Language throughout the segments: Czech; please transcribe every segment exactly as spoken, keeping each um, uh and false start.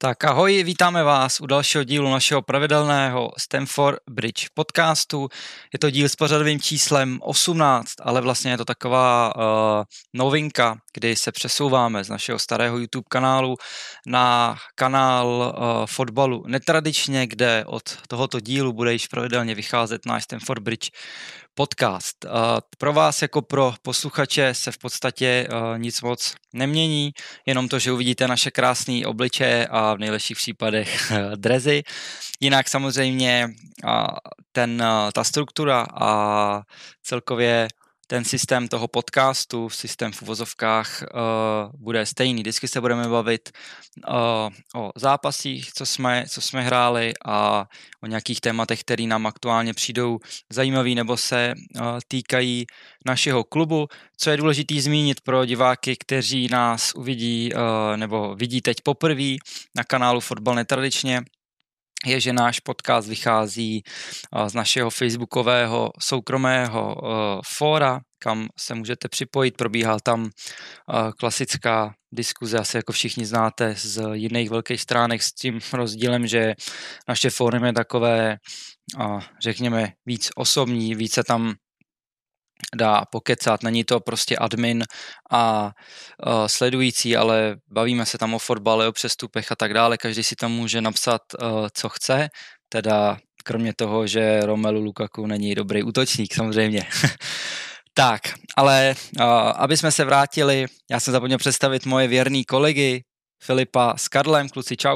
Tak ahoj, vítáme vás u dalšího dílu našeho pravidelného Stamford Bridge podcastu. Je to díl s pořadovým číslem osmnáct, ale vlastně je to taková uh, novinka, kdy se přesouváme z našeho starého YouTube kanálu na kanál uh, fotbalu netradičně, kde od tohoto dílu bude již pravidelně vycházet náš Stamford Bridge podcast. Uh, pro vás jako pro posluchače se v podstatě uh, nic moc nemění, jenom to, že uvidíte naše krásné obličeje a v nejlepších případech drezy. Jinak samozřejmě uh, ten, uh, ta struktura a celkově ten systém toho podcastu, systém v uvozovkách uh, bude stejný. Vždycky se budeme bavit uh, o zápasích, co jsme, co jsme hráli a o nějakých tématech, které nám aktuálně přijdou zajímavý nebo se uh, týkají našeho klubu. Co je důležité zmínit pro diváky, kteří nás uvidí uh, nebo vidí teď poprvé na kanálu Fotbal netradičně, je, že náš podcast vychází z našeho facebookového soukromého fóra, kam se můžete připojit. Probíhá tam klasická diskuze, asi jako všichni znáte z jiných velkých stránek, s tím rozdílem, že naše fórum je takové, řekněme, víc osobní, více tam dá pokecat, není to prostě admin a uh, sledující, ale bavíme se tam o fotbale, o přestupech a tak dále, každý si tam může napsat, uh, co chce, teda kromě toho, že Romelu Lukaku není dobrý útočník, samozřejmě. Tak, ale uh, aby jsme se vrátili, já jsem zapomněl představit moje věrný kolegy Filipa s Karlem, kluci čau.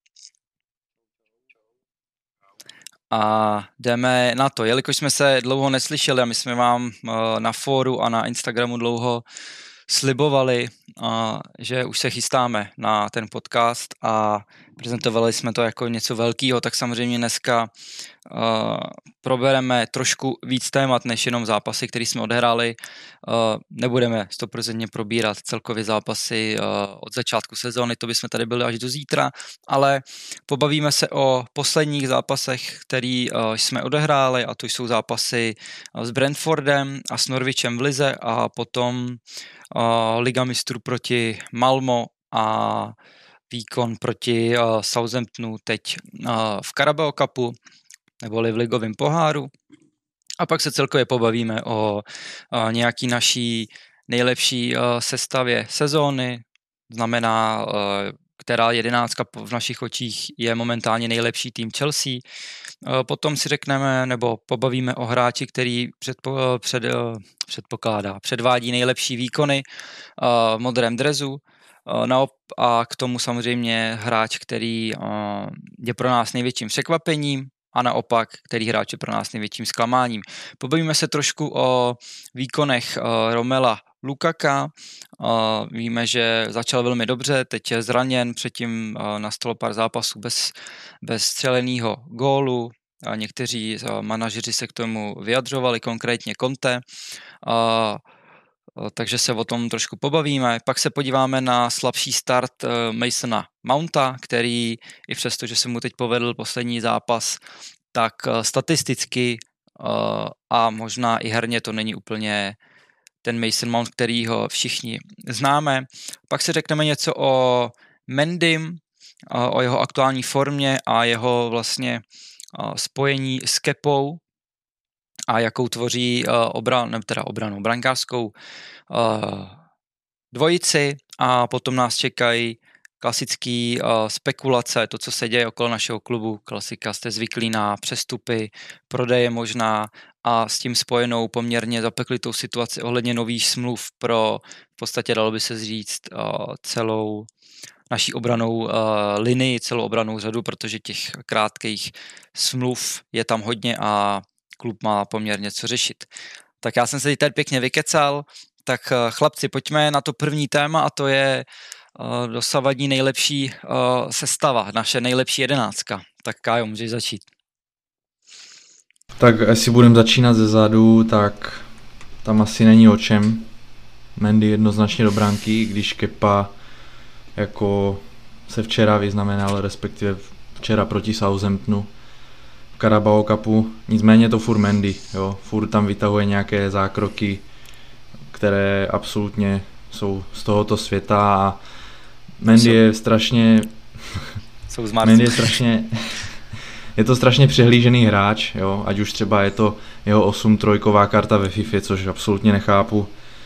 A jdeme na to, jelikož jsme se dlouho neslyšeli a my jsme vám na fóru a na Instagramu dlouho slibovali, že už se chystáme na ten podcast a prezentovali jsme to jako něco velkého, tak samozřejmě dneska probereme trošku víc témat než jenom zápasy, které jsme odehráli. Nebudeme sto procent probírat celkově zápasy od začátku sezóny, to bychom tady byli až do zítra, ale pobavíme se o posledních zápasech, který jsme odehráli, a to jsou zápasy s Brentfordem a s Norwichem v lize a potom Liga mistrů proti Malmo a výkon proti uh, Southamptonu teď uh, v Carabao Cupu neboli v ligovém poháru. A pak se celkově pobavíme o uh, nějaký naší nejlepší uh, sestavě sezóny, znamená, uh, která jedenáctka v našich očích je momentálně nejlepší tým Chelsea. Uh, potom si řekneme nebo pobavíme o hráči, který předpo, uh, před, uh, předpokládá, předvádí nejlepší výkony uh, v modrém drezu. A k tomu samozřejmě hráč, který je pro nás největším překvapením a naopak, který hráč je pro nás největším zklamáním. Pobavíme se trošku o výkonech Romela Lukaka. Víme, že začal velmi dobře, teď je zraněn, předtím nastalo pár zápasů bez, bez střeleného gólu. Někteří manažeři se k tomu vyjadřovali, konkrétně Conte. Takže se o tom trošku pobavíme. Pak se podíváme na slabší start Masona Mounta, který i přesto, že se mu teď povedl poslední zápas, tak statisticky a možná i herně to není úplně ten Mason Mount, který ho všichni známe. Pak si řekneme něco o Mendym, o jeho aktuální formě a jeho vlastně spojení s Kepou, a jakou tvoří uh, obran, nebo teda obranu, brankářskou uh, dvojici, a potom nás čekají klasický uh, spekulace, to, co se děje okolo našeho klubu. Klasika, jste zvyklí na přestupy, prodeje možná a s tím spojenou poměrně zapeklitou situaci ohledně nových smluv pro, v podstatě dalo by se říct, uh, celou naší obranou uh, linii, celou obranou řadu, protože těch krátkých smluv je tam hodně a klub má poměrně co řešit. Tak já jsem se tady pěkně vykecal, tak chlapci, pojďme na to první téma, a to je uh, dosavadní nejlepší uh, sestava, naše nejlepší jedenáctka. Tak Kájo, můžeš začít. Tak jestli budeme začínat ze zadu, tak tam asi není o čem. Mendy jednoznačně do branky, když Kepa jako se včera vyznamenal, respektive včera proti Southamptonu Carabao Cupu, nicméně to furt Mendy, jo, furt tam vytahuje nějaké zákroky, které absolutně jsou z tohoto světa a Mendy je strašně, Jsou z Marsu. Mendy je strašně, je to strašně přehlížený hráč, jo, ať už třeba je to jeho osm trojková karta ve FIFA, což absolutně nechápu.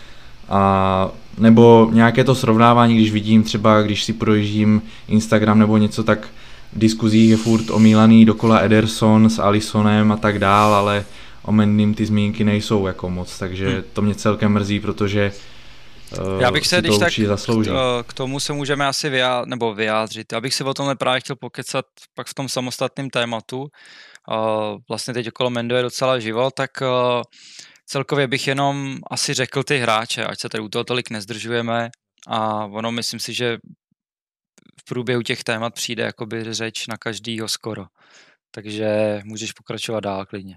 A nebo nějaké to srovnávání, když vidím třeba, když si projíždím Instagram nebo něco, tak v diskuzích je furt omílaný dokola Ederson s Alissonem a tak dál, ale o Mendym ty zmínky nejsou jako moc, takže hmm. to mě celkem mrzí, protože uh, Já bych se, když tak zaslouží. k tomu se můžeme asi vyjádřit, nebo vyjádřit. Já bych si o tomhle právě chtěl pokecat pak v tom samostatném tématu. Uh, vlastně teď okolo Mendy je docela živo, tak uh, celkově bych jenom asi řekl ty hráče, ať se tady u toho tolik nezdržujeme a ono myslím si, že v průběhu těch témat přijde jakoby řeč na každýho skoro. Takže můžeš pokračovat dál klidně.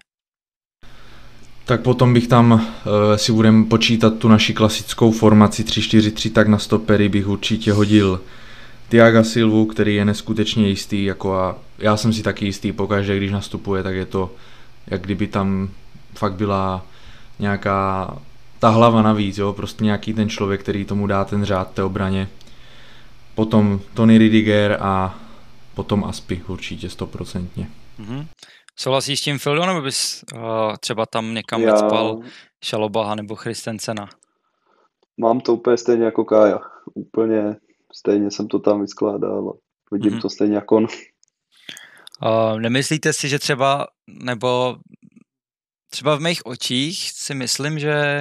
Tak potom bych tam, si budeme počítat tu naši klasickou formaci tři čtyři tři, tak na stopery bych určitě hodil Thiaga Silvu, který je neskutečně jistý, jako a já jsem si taky jistý pokaždé, když nastupuje, tak je to, jak kdyby tam fakt byla nějaká ta hlava navíc, jo, prostě nějaký ten člověk, který tomu dá ten řád té obraně. Potom Tony Rüdiger a potom Aspi určitě stoprocentně. Mm-hmm. Souhlasíš s tím, Fildo, nebo bys uh, třeba tam někam Já... vecpal Šalobaha nebo Christensena? Mám to úplně stejně jako Kája. Úplně stejně jsem to tam vyskládal a vidím mm-hmm. to stejně jako on. Uh, nemyslíte si, že třeba, nebo třeba v mých očích si myslím, že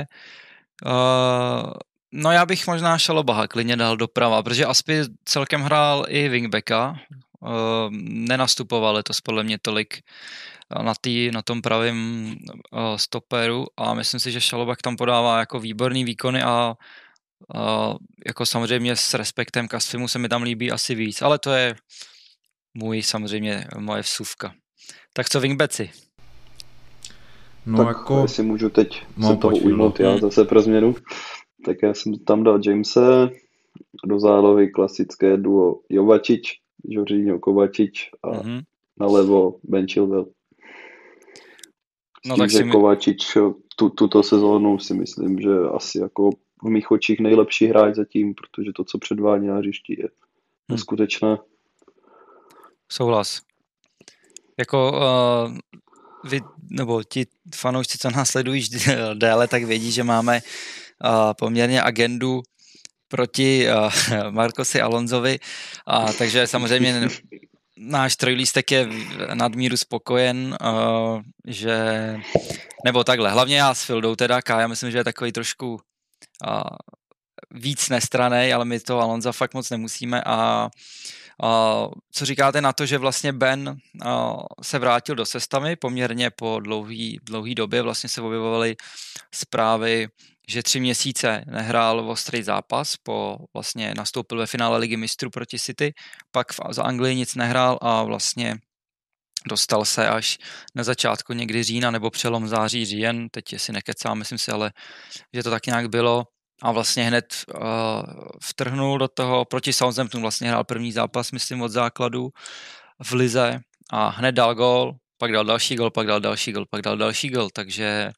uh, no já bych možná Šalobaha klidně dal doprava, protože Aspi celkem hrál i wingbacka, uh, nenastupoval letos podle mě tolik na, tý, na tom pravém uh, stoperu a myslím si, že Šalobah tam podává jako výborný výkony a uh, jako samozřejmě s respektem k Aspimu se mi tam líbí asi víc, ale to je můj samozřejmě moje vsuvka. Tak co wingbacki? No tak jako... jestli můžu teď no, se toho ujmout já zase pro změnu, tak já jsem tam dal Jamese, do zálohy klasické duo Jovačič, Jorginho Kovačič a mm-hmm. nalevo Ben Chilwell. S no, tím, tak že mi... Kovačič tu, tuto sezónu si myslím, že asi jako v mých očích nejlepší hráč zatím, protože to, co předvádí na hřišti, je neskutečné. Hmm. Souhlas. Jako uh, vy, nebo ti fanoušci, co nás sledují déle, tak vědí, že máme uh, poměrně agendu proti uh, Marcosi Alonsovi, a takže samozřejmě náš trojlístek je nadmíru spokojen, uh, že, nebo takhle, hlavně já s Fildou teda, Kája myslím, že je takový trošku uh, víc nestranej, ale my to Alonza fakt moc nemusíme a Uh, co říkáte na to, že vlastně Ben uh, se vrátil do sestavy poměrně po dlouhý, dlouhý době, vlastně se objevovaly zprávy, že tři měsíce nehrál ostrý zápas, po vlastně nastoupil ve finále Ligy mistrů proti City, pak v, za Anglii nic nehrál a vlastně dostal se až na začátku někdy října nebo přelom září říjen, teď si nekecám, myslím si, ale že to tak nějak bylo. A vlastně hned uh, vtrhnul do toho, proti Southamptonu vlastně hrál první zápas, myslím, od základu v lize a hned dal gól, pak dal další gól, pak dal další gól, pak dal další gól, takže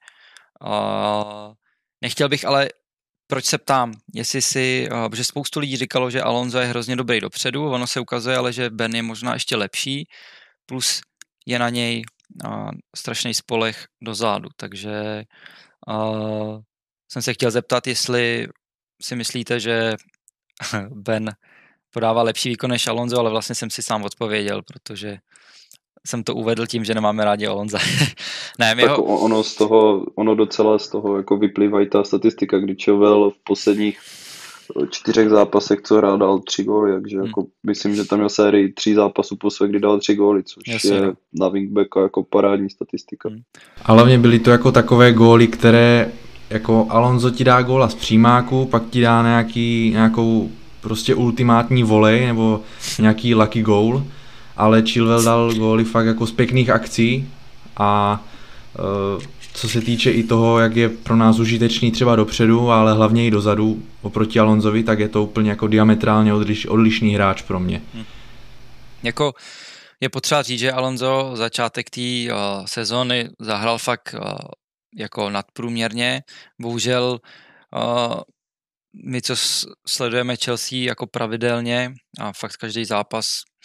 uh, nechtěl bych, ale proč se ptám, jestli si, uh, protože spoustu lidí říkalo, že Alonso je hrozně dobrý dopředu, ono se ukazuje, ale že Ben je možná ještě lepší, plus je na něj uh, strašný spoleh dozadu, takže uh, jsem se chtěl zeptat, jestli si myslíte, že Ben podává lepší výkon než Alonso, ale vlastně jsem si sám odpověděl, protože jsem to uvedl tím, že nemáme rádi Alonza. ne, tak jeho... ono, z toho, ono docela z toho jako vyplývá i ta statistika, kdy Chilwell v posledních čtyřech zápasech, co hrál, dal tři góly, takže hmm. jako myslím, že tam měl sérii tří zápasů po své, kdy dal tři góly, což Jasně, je no. na wingbacka jako parádní statistika. Hmm. A hlavně byly to jako takové góly, které jako Alonso ti dá góla z přímáku, pak ti dá nějaký, nějakou prostě ultimátní volej nebo nějaký lucky goal, ale Chilwell dal góly fakt jako z pěkných akcí a uh, co se týče i toho, jak je pro nás užitečný třeba dopředu, ale hlavně i dozadu oproti Alonsovi, tak je to úplně jako diametrálně odliš, odlišný hráč pro mě. Hmm. Jako je potřeba říct, že Alonso začátek té uh, sezóny zahrál fakt uh, jako nadprůměrně. Bohužel uh, my, co sledujeme Chelsea jako pravidelně a fakt každý zápas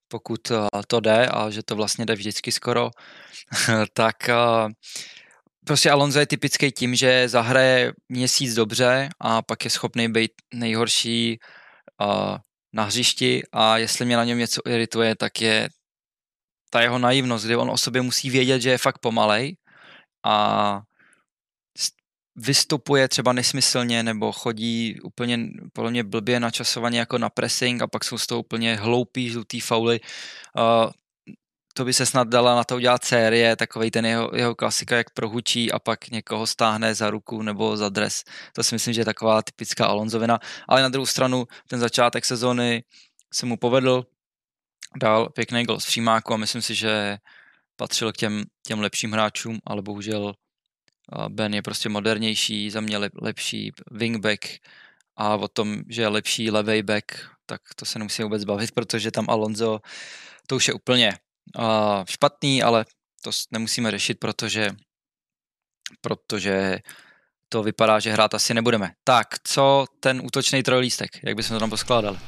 pokud to jde a že to vlastně jde vždycky skoro, tak prostě Alonso je typický tím, že zahraje měsíc dobře a pak je schopný být nejhorší na hřišti a jestli mě na něm něco irituje, tak je ta jeho naivnost, kdy on o sobě musí vědět, že je fakt pomalej a vystupuje třeba nesmyslně nebo chodí úplně podle mě blbě načasovaně jako na pressing a pak jsou z toho úplně hloupý žlutý fauly. Uh, to by se snad dala na to udělat série, takovej ten jeho, jeho klasika, jak prohučí a pak někoho stáhne za ruku nebo za dres. To si myslím, že je taková typická Alonsovina. Ale na druhou stranu ten začátek sezóny se mu povedl, dal pěkný gol z přímáku a myslím si, že patřil k těm, těm lepším hráčům, ale bohužel Ben je prostě modernější, za mě lepší wingback a o tom, že je lepší levej back, tak to se nemusíme vůbec bavit, protože tam Alonso, to už je úplně uh, špatný, ale to nemusíme řešit, protože, protože to vypadá, že hrát asi nebudeme. Tak, co ten útočný trojlístek? Jak bychom to tam poskládali?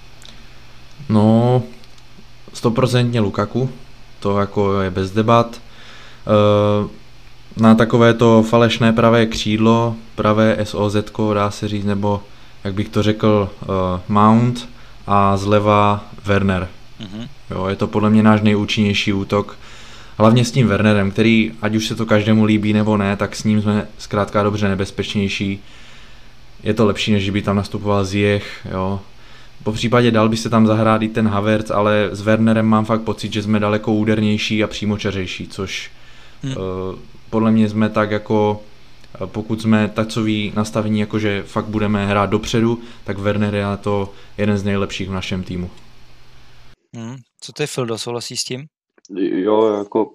No, stoprocentně Lukaku, to jako je bez debat. Uh, Na takovéto falešné pravé křídlo, pravé S O Z, dá se říct, nebo jak bych to řekl, uh, Mount a zleva Werner. Mm-hmm. Jo, je to podle mě náš nejúčinnější útok. Hlavně s tím Wernerem, který, ať už se to každému líbí nebo ne, tak s ním jsme zkrátka dobře nebezpečnější. Je to lepší, než by tam nastupoval Ziyech, jo. Po případě dal by se tam zahrát i ten Havertz, ale s Wernerem mám fakt pocit, že jsme daleko údernější a přímočařejší, což hmm. uh, podle mě jsme tak jako, pokud jsme takový nastavení, jako že fakt budeme hrát dopředu, tak Werner je to jeden z nejlepších v našem týmu. Hmm. Co ty, Fildo, souhlasí s tím? Jo, jako...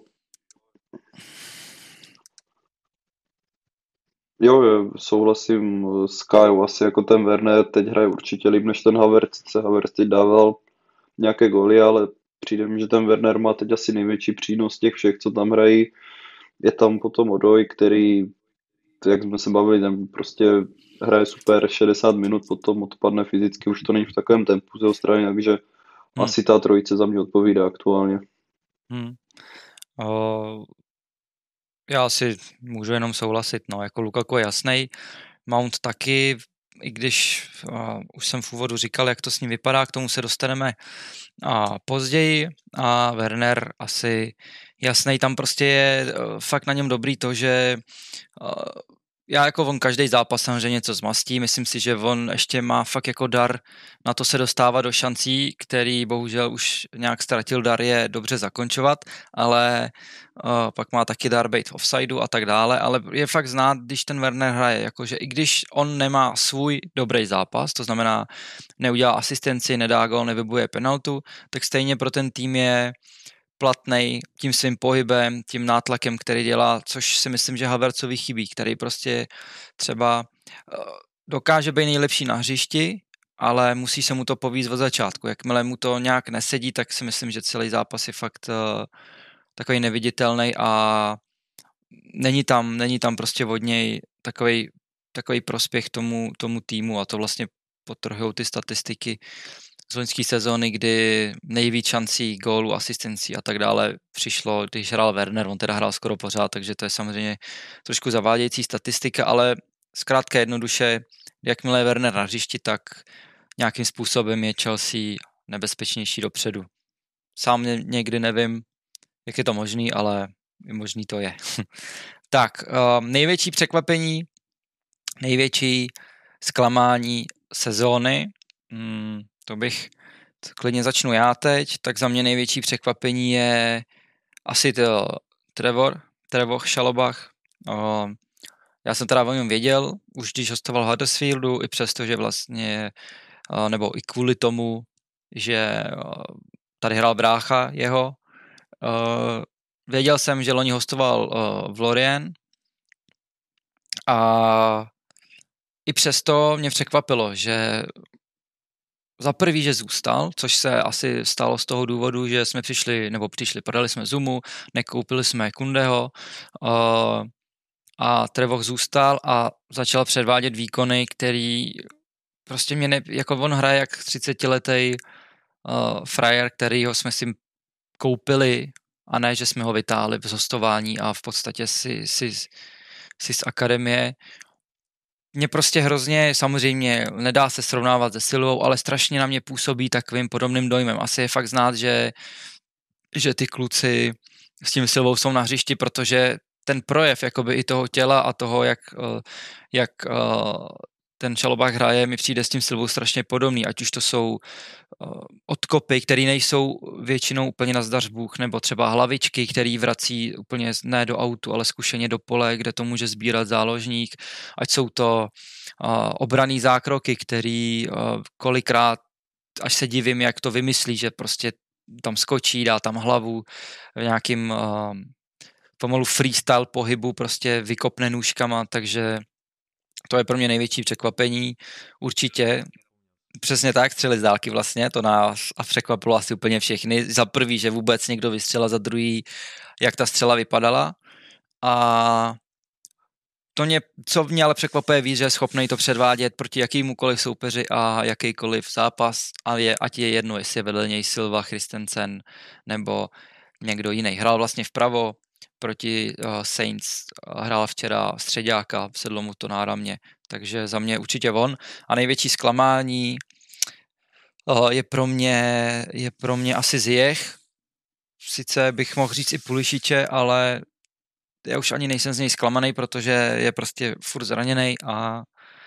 Jo, souhlasím s Kajou, asi jako ten Werner teď hraje určitě líp než ten Havertz, se Havertz teď dával nějaké góly, ale přijde mi, že ten Werner má teď asi největší přínos těch všech, co tam hrají. Je tam potom Odoj, který, jak jsme se bavili, ten prostě hraje super šedesát minut, potom odpadne fyzicky, už to není v takovém tempu z jeho strany, takže hmm. asi ta trojice za mě odpovídá aktuálně. Hmm. Uh, já si můžu jenom souhlasit, no, jako Lukaku je jasnej, Mount taky, i když uh, už jsem v úvodu říkal, jak to s ním vypadá, k tomu se dostaneme uh, později a Werner asi jasnej, tam prostě je uh, fakt na něm dobrý to, že uh, já jako on každý zápas samozřejmě něco zmastí, myslím si, že on ještě má fakt jako dar na to se dostávat do šancí, který bohužel už nějak ztratil dar je dobře zakončovat, ale uh, pak má taky dar být v offsideu a tak dále, ale je fakt znát, když ten Werner hraje, jakože i když on nemá svůj dobrý zápas, to znamená neudělá asistenci, nedá gol, nevybuje penaltu, tak stejně pro ten tým je platnej tím svým pohybem, tím nátlakem, který dělá, což si myslím, že Havertzovi chybí, který prostě třeba dokáže být nejlepší na hřišti, ale musí se mu to povíct od začátku. Jakmile mu to nějak nesedí, tak si myslím, že celý zápas je fakt uh, takový neviditelný a není tam, není tam prostě od něj takový, takový prospěch tomu, tomu týmu a to vlastně podtrhují ty statistiky z loňské sezóny, kdy nejvíc šancí, gólů, asistencí a tak dále přišlo, když hrál Werner, on teda hrál skoro pořád, takže to je samozřejmě trošku zavádějící statistika, ale zkrátka jednoduše, jakmile je Werner na hřišti, tak nějakým způsobem je Chelsea nebezpečnější dopředu. Sám někdy nevím, jak je to možný, ale možný to je. Tak, um, největší překvapení, největší zklamání sezóny, hmm, to bych, to klidně začnu já teď, tak za mě největší překvapení je asi to Trevor, Trevor Chalobah. Uh, já jsem teda o něm věděl, už když hostoval v Huddersfieldu, i přesto, že vlastně, uh, nebo i kvůli tomu, že uh, tady hrál brácha jeho. Uh, věděl jsem, že loni hostoval uh, v Lorient a i přesto mě překvapilo, že za prvý, že zůstal, což se asi stalo z toho důvodu, že jsme přišli, nebo přišli, prodali jsme Zumu, nekoupili jsme Kundeho uh, a Trevor zůstal a začal předvádět výkony, který prostě mě ne, jako on hraje jak třicetiletý uh, frajer, kterýho jsme si koupili a ne, že jsme ho vytáhli z hostování a v podstatě si, si, si z akademie. Mě prostě hrozně, samozřejmě nedá se srovnávat se Silvou, ale strašně na mě působí takovým podobným dojmem. Asi je fakt znát, že, že ty kluci s tím Silvou jsou na hřišti, protože ten projev jakoby i toho těla a toho, jak, jak ten Chalobah hraje, mi přijde s tím Silvou strašně podobný, ať už to jsou odkopy, které nejsou většinou úplně na zdař-bůh, nebo třeba hlavičky, který vrací úplně ne do autu, ale zkušeně do pole, kde to může sbírat záložník, ať jsou to uh, obranný zákroky, který uh, kolikrát, až se divím, jak to vymyslí, že prostě tam skočí, dá tam hlavu v nějakým uh, pomalu freestyle pohybu, prostě vykopne nůžkama, takže to je pro mě největší překvapení. Určitě přesně tak, střely z dálky vlastně, to nás a překvapilo asi úplně všechny. Za prvý, že vůbec někdo vystřelil, za druhý, jak ta střela vypadala. A to mě, co mě ale překvapuje víc, že je schopný to předvádět proti jakýmukoliv soupeři a jakýkoliv zápas, a je, ať je jedno, jestli je vedle něj Silva, Christensen nebo někdo jiný. Hrál vlastně vpravo proti uh, Saints, hrál včera středáka, sedlo mu to náramně, takže za mě určitě on. A největší zklamání uh, je pro mě, je pro mě asi Ziyech. Sice bych mohl říct i Pulisiče, ale já už ani nejsem z něj zklamaný, protože je prostě furt zraněný a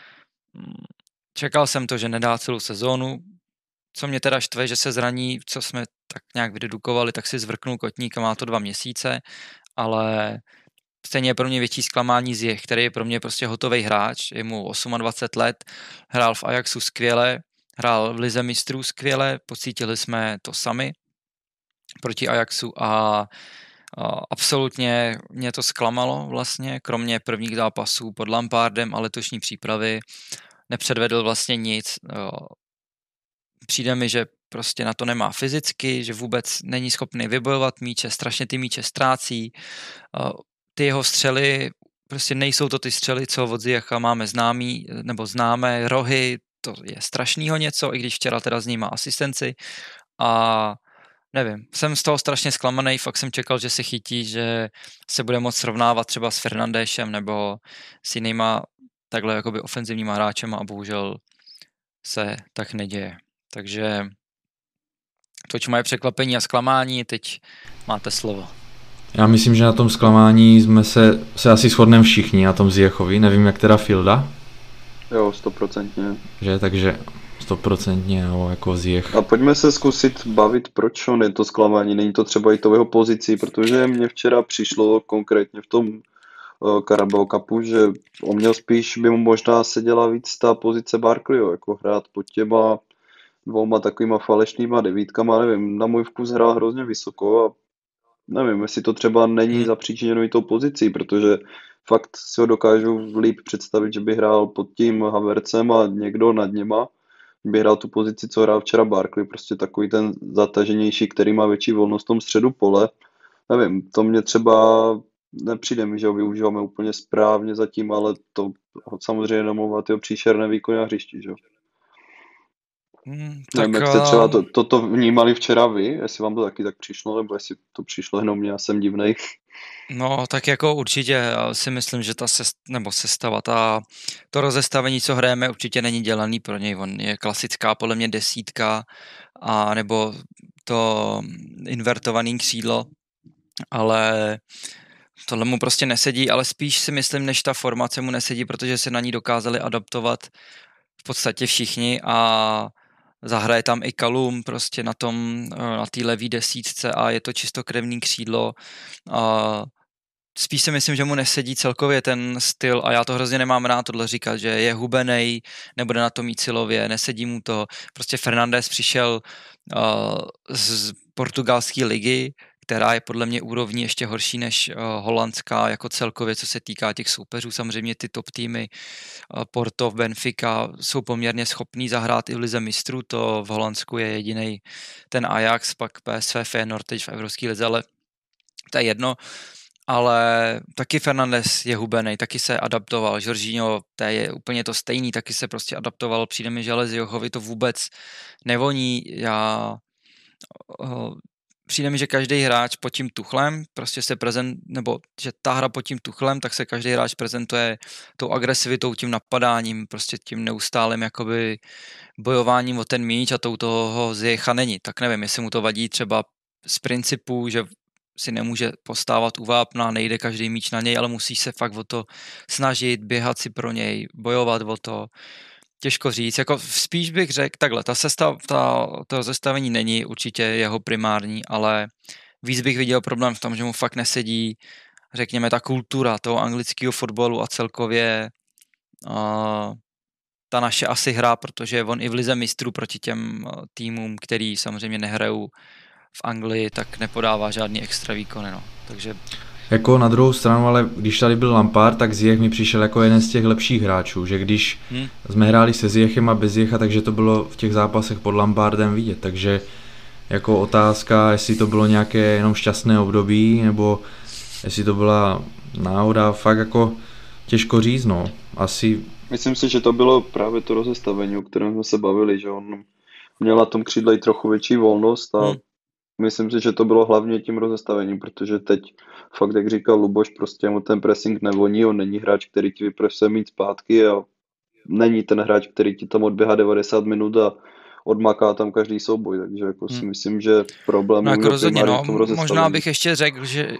čekal jsem to, že nedá celou sezónu. Co mě teda štve, že se zraní, co jsme tak nějak vydedukovali, tak si zvrknul kotník a má to dva měsíce, ale stejně je pro mě větší zklamání Ziyech, který je pro mě prostě hotový hráč, je mu dvacet osm let, hrál v Ajaxu skvěle, hrál v Lize mistrů skvěle, pocítili jsme to sami proti Ajaxu a a absolutně mě to zklamalo vlastně, kromě prvních zápasů pod Lampardem a letošní přípravy nepředvedl vlastně nic. Přijde mi, že prostě na to nemá fyzicky, že vůbec není schopný vybojovat míče, strašně ty míče ztrácí. Ty jeho střely, prostě nejsou to ty střely, co od Ziyecha máme známý, nebo známé, rohy, to je strašnýho něco, i když včera teda z ní má asistenci a nevím, jsem z toho strašně zklamaný, fakt jsem čekal, že se chytí, že se bude moct srovnávat třeba s Fernandéšem nebo s jinýma takhle jakoby ofenzivníma hráčema a bohužel se tak neděje. Takže toč moje překvapení a zklamání, teď máte slovo. Já myslím, že na tom zklamání jsme se, se asi shodneme všichni, na tom Ziyechovi, nevím jak teda Filda. Jo, stoprocentně. Že, takže stoprocentně, jo, jako Ziyech. A pojďme se zkusit bavit, proč on je to zklamání, není to třeba i to v jeho pozici, protože mně včera přišlo konkrétně v tom uh, Carabao Cupu, že on měl spíš, by mu možná seděla víc ta pozice Barkleyho, jako hrát pod těma dvouma takovýma falešnýma devítkama, nevím, na můj vkus hrál hrozně vysoko a nevím, jestli to třeba není zapříčiněno i tou pozicí, protože fakt si ho dokážu líp představit, že by hrál pod tím Havertzem a někdo nad něma by hrál tu pozici, co hrál včera Barkley, prostě takový ten zataženější, který má větší volnost v tom středu pole. Nevím, to mě třeba nepřijde mi, že ho využíváme úplně správně zatím, ale to samozřejmě domluvat jeho příšerné výkony na hřišti, že jo. Hmm, nevím, tak, jak jste třeba to, toto vnímali včera vy, jestli vám to taky tak přišlo, nebo jestli to přišlo jenom mě, já jsem divnej. No, tak jako určitě já si myslím, že ta sest, nebo sestava, ta, to rozestavení, co hrajeme, určitě není dělaný pro něj. On je klasická podle mě desítka a nebo to invertovaný křídlo, ale tohle mu prostě nesedí, ale spíš si myslím, než ta formace mu nesedí, protože se na ní dokázali adaptovat v podstatě všichni a zahraje tam i Kalum prostě na tom, na té levý desítce a je to čistokrevný křídlo. A spíš si myslím, že mu nesedí celkově ten styl a já to hrozně nemám rád tohle říkat, že je hubenej, nebude na to mít silově, nesedí mu to. Prostě Fernandes přišel uh, z portugalské ligy, která je podle mě úrovní ještě horší než uh, holandská, jako celkově, co se týká těch soupeřů. Samozřejmě ty top týmy uh, Porto, Benfica jsou poměrně schopní zahrát i v Lize mistrů, to v Holandsku je jediný ten Ajax, pak P S V, Feyenoord teď v Evropské lize, ale to je jedno. Ale taky Fernandes je hubenej, taky se adaptoval, Jorginho, to je úplně to stejný, taky se prostě adaptoval, přijde mi, že ale Ziyechovi to vůbec nevoní, já přijde mi, že každý hráč pod tím Tuchlem prostě se prezent, nebo že ta hra pod tím Tuchlem, tak se každý hráč prezentuje tou agresivitou, tím napadáním, prostě tím neustálým jakoby bojováním o ten míč a tou toho Ziyech není. Tak nevím, jestli mu to vadí třeba z principu, že si nemůže postávat u vápna, nejde každý míč na něj, ale musí se fakt o to snažit, běhat si pro něj, bojovat o to. Těžko říct, jako spíš bych řekl takhle, ta sestav, ta, to rozestavení není určitě jeho primární, ale víc bych viděl problém v tom, že mu fakt nesedí, řekněme, ta kultura toho anglického fotbalu a celkově uh, ta naše asi hra, protože on i v lize mistrů proti těm týmům, který samozřejmě nehrajou v Anglii, tak nepodává žádný extra výkony, no. Takže jako na druhou stranu, ale když tady byl Lampard, tak Ziyech mi přišel jako jeden z těch lepších hráčů, že když hmm. jsme hráli se Ziyechem a bez Ziyecha, takže to bylo v těch zápasech pod Lampardem vidět, takže jako otázka, jestli to bylo nějaké jenom šťastné období, nebo jestli to byla náhoda, fakt jako těžko říct, no, asi... Myslím si, že to bylo právě to rozestavení, o kterém jsme se bavili, že on měl na tom křídle i trochu větší volnost a hmm. myslím si, že to bylo hlavně tím rozestavením, protože teď fakt, jak říkal Luboš, prostě mu ten pressing nevoní, on není hráč, který ti vypresuje mít zpátky a není ten hráč, který ti tam odběhá devadesát minut a odmaká tam každý souboj, takže jako si myslím, že problém no, je jako rozhodně, no, v tom rozestavení. Možná bych ještě řekl, že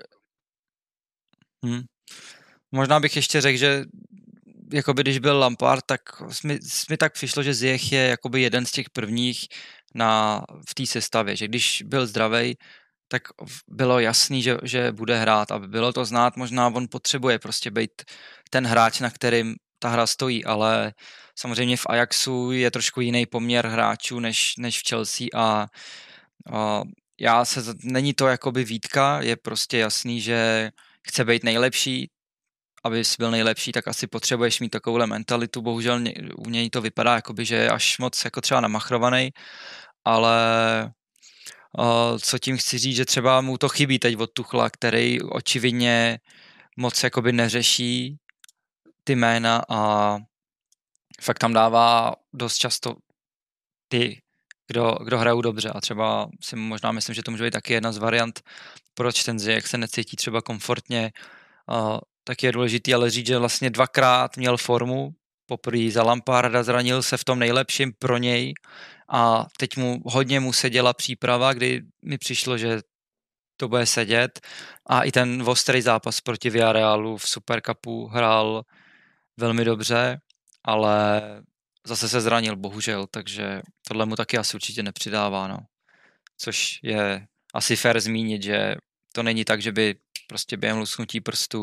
hmm. možná bych ještě řekl, že jakoby když byl Lampard, tak mi, mi tak přišlo, že Ziyech je jakoby jeden z těch prvních na, v té sestavě, že když byl zdravej, tak bylo jasný, že, že bude hrát a bylo to znát, možná on potřebuje prostě být ten hráč, na kterým ta hra stojí, ale samozřejmě v Ajaxu je trošku jiný poměr hráčů než, než v Chelsea a, a já se, není to jakoby výtka, je prostě jasný, že chce být nejlepší, aby jsi byl nejlepší, tak asi potřebuješ mít takovouhle mentalitu, bohužel u něj to vypadá, jakoby, že je až moc jako třeba namachrovaný, ale uh, co tím chci říct, že třeba mu to chybí teď od Tuchla, který očividně moc jakoby neřeší ty jména a fakt tam dává dost často ty, kdo, kdo hrajou dobře a třeba si možná myslím, že to může být taky jedna z variant, proč ten Ziyech se necítí třeba komfortně, uh, tak je důležitý ale říct, že vlastně dvakrát měl formu, poprvé za Lamparda, zranil se v tom nejlepším pro něj a teď mu hodně mu seděla příprava, kdy mi přišlo, že to bude sedět a i ten ostrý zápas proti Villarealu v Supercupu hrál velmi dobře, ale zase se zranil, bohužel, takže tohle mu taky asi určitě nepřidává, no. Což je asi fér zmínit, že to není tak, že by prostě během lusknutí prstu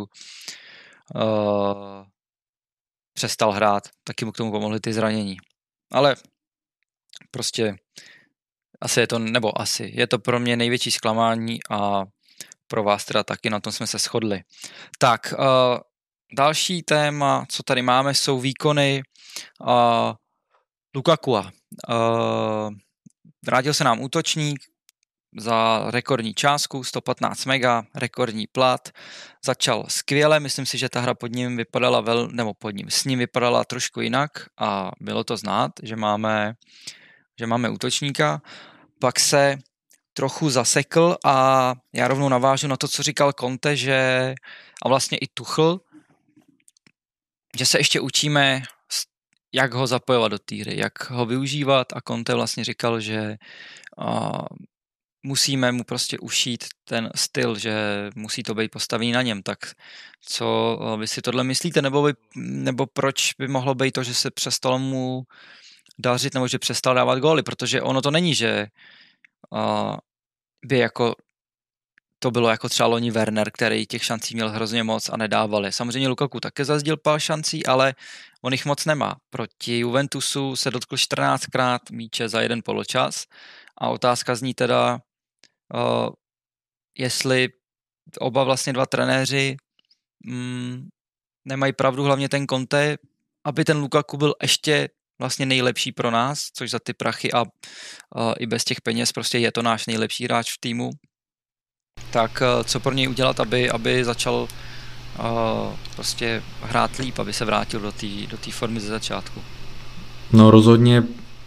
uh, přestal hrát, taky mu k tomu pomohly ty zranění. Ale prostě asi je to, nebo asi, je to pro mě největší zklamání a pro vás teda taky, na tom jsme se shodli. Tak, uh, další téma, co tady máme, jsou výkony uh, Lukakua. Uh, vrátil se nám útočník za rekordní částku, sto patnáct mega, rekordní plat. Začal skvěle, myslím si, že ta hra pod ním vypadala vel, nebo pod ním, s ním vypadala trošku jinak a bylo to znát, že máme, že máme útočníka. Pak se trochu zasekl a já rovnou navážu na to, co říkal Conte, že a vlastně i Tuchl, že se ještě učíme, jak ho zapojovat do té hry, jak ho využívat a Conte vlastně říkal, že uh, musíme mu prostě ušít ten styl, že musí to být postavený na něm, tak co vy si tohle myslíte, nebo, by, nebo proč by mohlo být to, že se přestalo mu dařit, nebo že přestal dávat góly, protože ono to není, že uh, by jako to bylo jako třeba loni Werner, který těch šancí měl hrozně moc a nedával je. Samozřejmě Lukaku také zazdil pár šancí, ale on jich moc nemá. Proti Juventusu se dotkl čtrnáctkrát míče za jeden poločas a otázka zní teda, uh, jestli oba vlastně dva trenéři mm, nemají pravdu, hlavně ten Conte, aby ten Lukaku byl ještě vlastně nejlepší pro nás, což za ty prachy a uh, i bez těch peněz prostě je to náš nejlepší hráč v týmu. Tak uh, co pro něj udělat, aby, aby začal uh, prostě hrát líp, aby se vrátil do té do té formy ze začátku? No rozhodně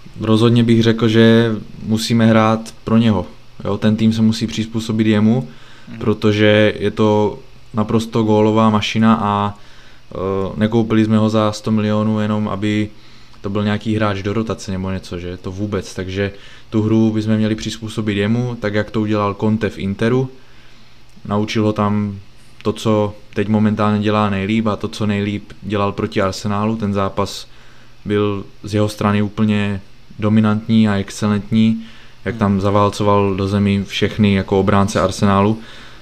rozhodně bych řekl, že musíme hrát pro něho. Jo, ten tým se musí přizpůsobit jemu, mm. protože je to naprosto gólová mašina a uh, nekoupili jsme ho za sto milionů jenom, aby to byl nějaký hráč do rotace nebo něco, že to vůbec. Takže tu hru bychom měli přizpůsobit jemu, tak jak to udělal Conte v Interu. Naučil ho tam to, co teď momentálně dělá nejlíp a to, co nejlíp dělal proti Arsenálu. Ten zápas byl z jeho strany úplně dominantní a excelentní, jak tam zaválcoval do zemi všechny jako obránce Arsenálu.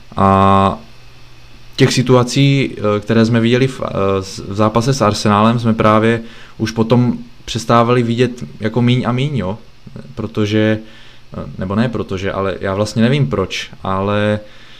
A těch situací, které jsme viděli v, v zápase s Arsenálem, jsme právě už potom přestávali vidět jako míň a míň, jo? Protože, nebo ne protože, ale já vlastně nevím proč, ale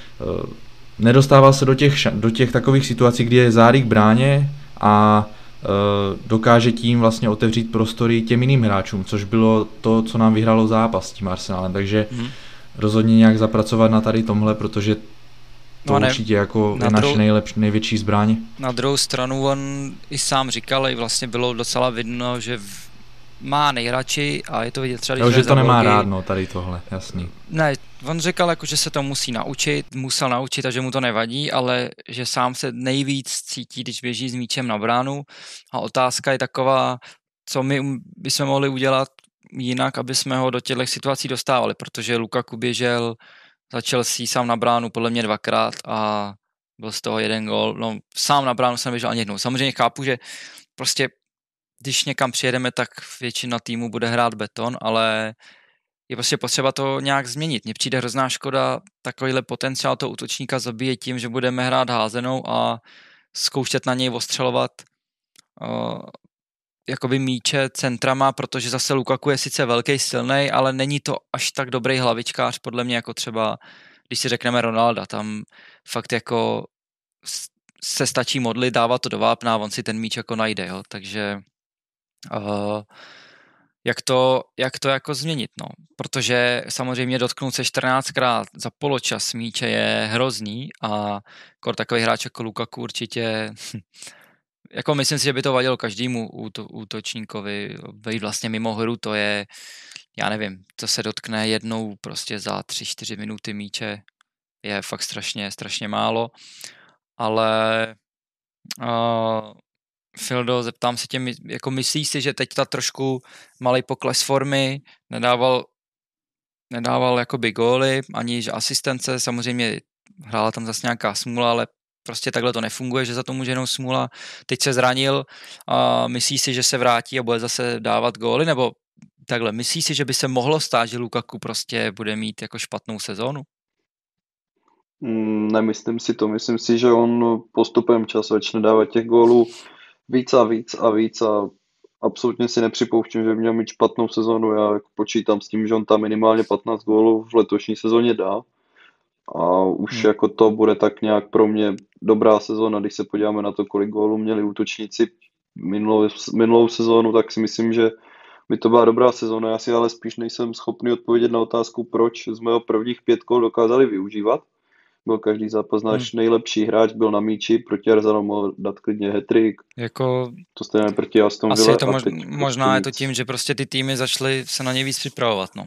nedostával se do těch, do těch takových situací, kdy je zády k bráně a dokáže tím vlastně otevřít prostory těm jiným hráčům, což bylo to, co nám vyhrálo zápas s tím Arsenálem, takže hmm. rozhodně nějak zapracovat na tady tomhle, protože to no ne, určitě jako je naše nejlepší, největší zbraň. Na druhou stranu on i sám říkal, i vlastně bylo docela vidno, že má nejradši a je to vidět třeba, jo, že to nemá rád, no, tady tohle, jasný. Ne, on říkal, jako, že se to musí naučit, musel naučit a že mu to nevadí, ale že sám se nejvíc cítí, když běží s míčem na bránu a otázka je taková, co my bychom mohli udělat jinak, aby jsme ho do těchto situací dostávali, protože Lukaku běžel za Chelsea sám na bránu podle mě dvakrát a byl z toho jeden gól, no sám na bránu jsem běžel ani jednou. Samozřejmě chápu, že prostě když někam přijedeme, tak většina týmu bude hrát beton, ale je prostě potřeba to nějak změnit. Mně přijde hrozná škoda takovýhle potenciál toho útočníka zabíjet tím, že budeme hrát házenou a zkoušet na něj ostřelovat uh, jakoby míče centrama, protože zase Lukaku je sice velký, silnej, ale není to až tak dobrý hlavičkář, podle mě jako třeba, když si řekneme Ronalda, tam fakt jako se stačí modlit, dávat to do vápna a on si ten míč jako najde, jo, takže uh, jak to, jak to jako změnit, no, protože samozřejmě dotknout se čtrnáctkrát za poločas míče je hrozný a kor takový hráč jako Lukaku určitě jako myslím si, že by to vadilo každému útočníkovi, být vlastně mimo hru, to je, já nevím, to se dotkne jednou prostě za tři čtyři minuty míče, je fakt strašně, strašně málo, ale uh, Fildo, zeptám se tě, jako myslíš si, že teď ta trošku malý pokles formy, nedával, nedával jakoby góly, ani že asistence, samozřejmě hrála tam zase nějaká smůla, ale prostě takhle to nefunguje, že za to může jenom smůla. Teď se zranil a myslíš si, že se vrátí a bude zase dávat góly, nebo takhle, myslíš si, že by se mohlo stát, že Lukaku prostě bude mít jako špatnou sezónu? Nemyslím si to, myslím si, že on postupem času začne dávat těch gólů víc a víc a víc a absolutně si nepřipouštím, že by měl mít špatnou sezónu. Já počítám s tím, že on tam minimálně patnáct gólů v letošní sezóně dá. A už hmm. jako to bude tak nějak pro mě dobrá sezóna, když se podíváme na to, kolik gólů měli útočníci minulou, minulou sezónu, tak si myslím, že by to byla dobrá sezóna. Já si ale spíš nejsem schopný odpovědět na otázku, proč z mého prvních pět gól dokázali využívat. Byl každý zápas náš hmm. nejlepší hráč, byl na míči, proti Arsenalu mohl dát klidně hat-trick. Jako... To stejné proti Aston Villa. Asi je to mož... možná je to tím, že prostě ty týmy začaly se na něj víc připravovat, no.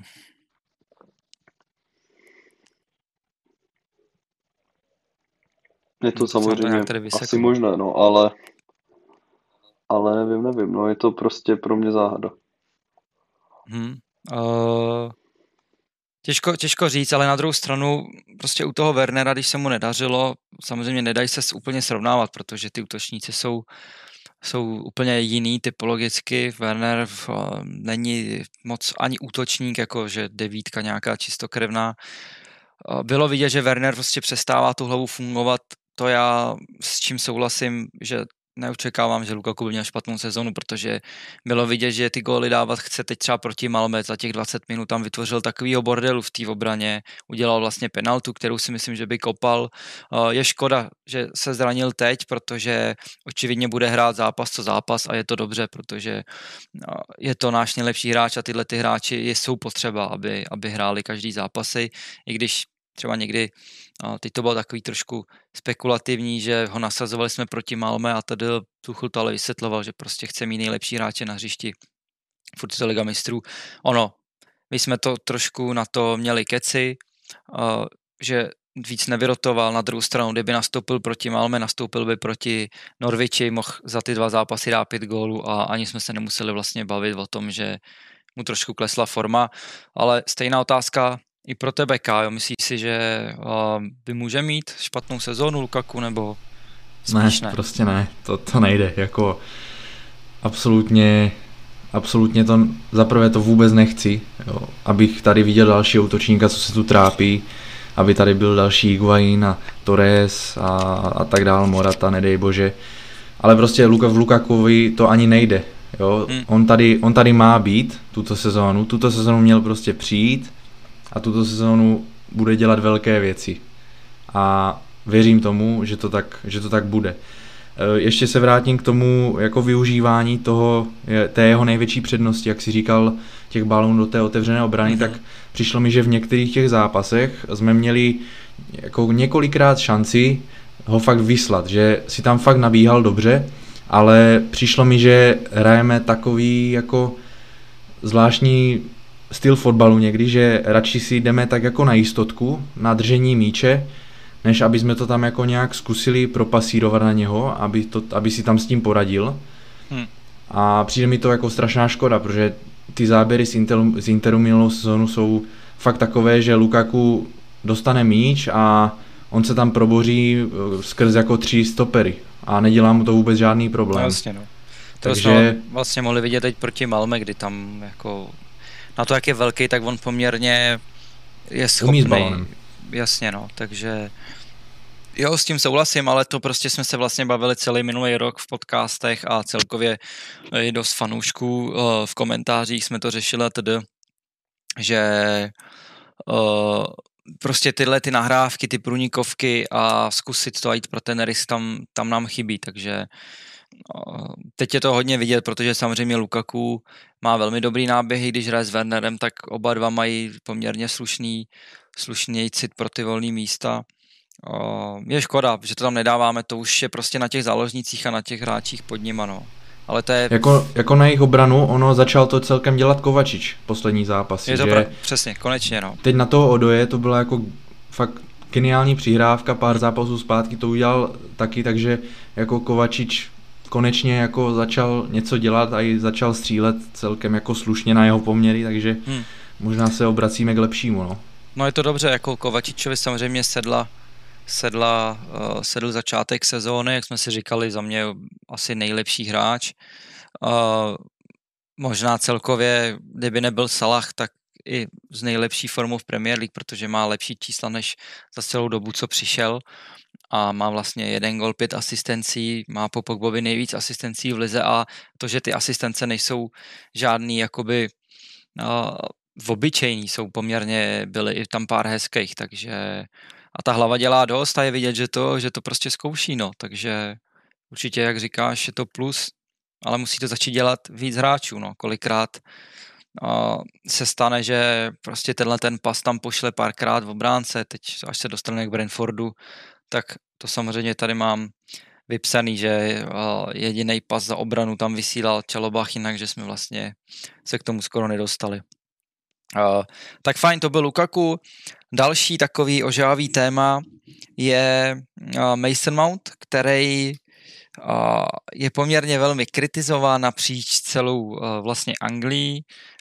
Je to, to samozřejmě asi možné, no, ale ale nevím, nevím, no, je to prostě pro mě záhada. Hmm. Uh, těžko, těžko říct, ale na druhou stranu prostě u toho Wernera, když se mu nedařilo, samozřejmě nedají se úplně srovnávat, protože ty útočníci jsou, jsou úplně jiný typologicky. Werner uh, není moc ani útočník, jako že devítka nějaká čistokrevná. Uh, bylo vidět, že Werner prostě přestává tu hlavu fungovat. To já s čím souhlasím, že neočekávám, že Lukaku byl měl špatnou sezonu, protože bylo vidět, že ty góly dávat chce teď třeba proti Malmö, za těch dvacet minut tam vytvořil takovýho bordelu v té obraně, udělal vlastně penaltu, kterou si myslím, že by kopal. Je škoda, že se zranil teď, protože očividně bude hrát zápas co zápas a je to dobře, protože je to náš nejlepší hráč a tyhle ty hráči jsou potřeba, aby, aby hráli každý zápasy, i když třeba někdy, teď to bylo takový trošku spekulativní, že ho nasazovali jsme proti Malmö a tady Tuchel to ale vysvětloval, že prostě chce mít nejlepší hráče na hřišti. furt je to Liga mistrů. Ono, my jsme to trošku na to měli keci, uh, že víc nevyrotoval, na druhou stranu, kdyby nastoupil proti Malmö, nastoupil by proti Norwichi, mohl za ty dva zápasy dát pět gólů a ani jsme se nemuseli vlastně bavit o tom, že mu trošku klesla forma, ale stejná otázka i pro tebe, Kájo, myslíš si, že uh, by může mít špatnou sezónu Lukaku, nebo spíš ne? Ne, prostě ne, to, to nejde, jako absolutně, absolutně to, zaprvé to vůbec nechci, jo, abych tady viděl další útočníka, co se tu trápí, aby tady byl další Higuaín a Torres a, a tak dál, Morata, nedej bože, ale prostě Luka v Lukakovi to ani nejde, jo, hmm. on, tady, on tady má být tuto sezónu, tuto sezónu měl prostě přijít a tuto sezónu bude dělat velké věci a věřím tomu, že to tak, že to tak bude. Ještě se vrátím k tomu jako využívání toho, té jeho největší přednosti, jak si říkal, těch balónů do té otevřené obrany, mm-hmm. tak přišlo mi, že v některých těch zápasech jsme měli jako několikrát šanci ho fakt vyslat, že si tam fakt nabíhal dobře, ale přišlo mi, že hrajeme takový jako zvláštní styl fotbalu někdy, že radši si jdeme tak jako na jistotku, na držení míče, než aby jsme to tam jako nějak zkusili propasírovat na něho, aby, to, aby si tam s tím poradil. Hmm. A přijde mi to jako strašná škoda, protože ty záběry z Interu, z Interu minulou sezónu jsou fakt takové, že Lukaku dostane míč a on se tam proboří skrz jako tři stopery a nedělá mu to vůbec žádný problém. No, jasně, no. To Takže jsme vlastně mohli vidět teď proti Malmö, kdy tam jako na to, jak je velký, tak on poměrně je schopný. Umí s balonem. Jasně, no, takže jo, s tím souhlasím, ale to prostě jsme se vlastně bavili celý minulý rok v podcastech a celkově i dost fanoušků v komentářích jsme to řešili a tedy, že uh, prostě tyhle ty nahrávky, ty průnikovky a zkusit to a jít pro ten rys tam, tam nám chybí, takže uh, teď je to hodně vidět, protože samozřejmě Lukaku má velmi dobrý náběhy, když hraje s Wernerem, tak oba dva mají poměrně slušný, slušný cit pro ty volné místa. Uh, je škoda, že to tam nedáváme, to už je prostě na těch záložnících a na těch hráčích pod nima, no. Ale to je... Jako, jako na jejich obranu, ono začal to celkem dělat Kovačič poslední zápasy. Je to že pra... přesně, konečně, no. Teď na toho Odoje to byla jako fakt geniální přihrávka, pár zápasů zpátky to udělal taky, takže jako Kovačič konečně jako začal něco dělat a i začal střílet celkem jako slušně na jeho poměry, takže hmm. možná se obracíme k lepšímu, no. No je to dobře, jako Kovačičovi samozřejmě sedla sedla, uh, sedl začátek sezóny, jak jsme si říkali, za mě asi nejlepší hráč. Uh, možná celkově, kdyby nebyl Salah, tak i z nejlepší formou v Premier League, protože má lepší čísla než za celou dobu, co přišel a má vlastně jeden gol, pět asistencí, má po Pogbovi nejvíc asistencí v lize a to, že ty asistence nejsou žádný jakoby uh, v obyčejní, jsou poměrně, byly i tam pár hezkých, takže a ta hlava dělá dost a je vidět, že to, že to prostě zkouší, no, takže určitě, jak říkáš, je to plus, ale musí to začít dělat víc hráčů, no, kolikrát uh, se stane, že prostě tenhle ten pas tam pošle párkrát v obránce, teď až se dostane k Brentfordu, tak to samozřejmě tady mám vypsaný, že uh, jediný pas za obranu tam vysílal Čalobach, jinak, že jsme vlastně se k tomu skoro nedostali. Uh, tak fajn, to byl Lukaku. Další takový ožávý téma je uh, Mason Mount, který uh, je poměrně velmi kritizován napříč celou uh, vlastně Anglii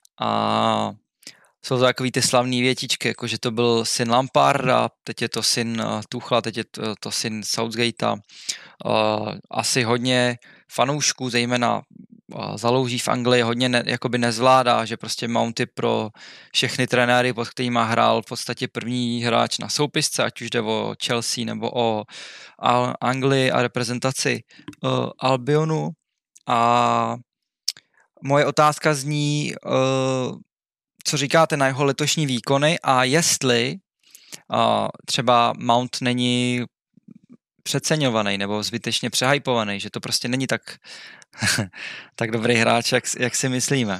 a jsou to takový ty slavný větičky, jako že to byl syn Lamparda, teď je to syn uh, Tuchla, teď je to, to syn Southgatea. Uh, asi hodně fanoušků, zejména zalouží v Anglii, hodně ne, jakoby nezvládá, že prostě Mount je pro všechny trenéry, pod kterýma hrál v podstatě první hráč na soupisce, ať už jde o Chelsea nebo o Anglii a reprezentaci uh, Albionu. A moje otázka zní, uh, co říkáte na jeho letošní výkony a jestli uh, třeba Mount není přeceňovaný nebo zbytečně přehypovaný, že to prostě není tak tak dobrý hráč, jak, jak si myslíme.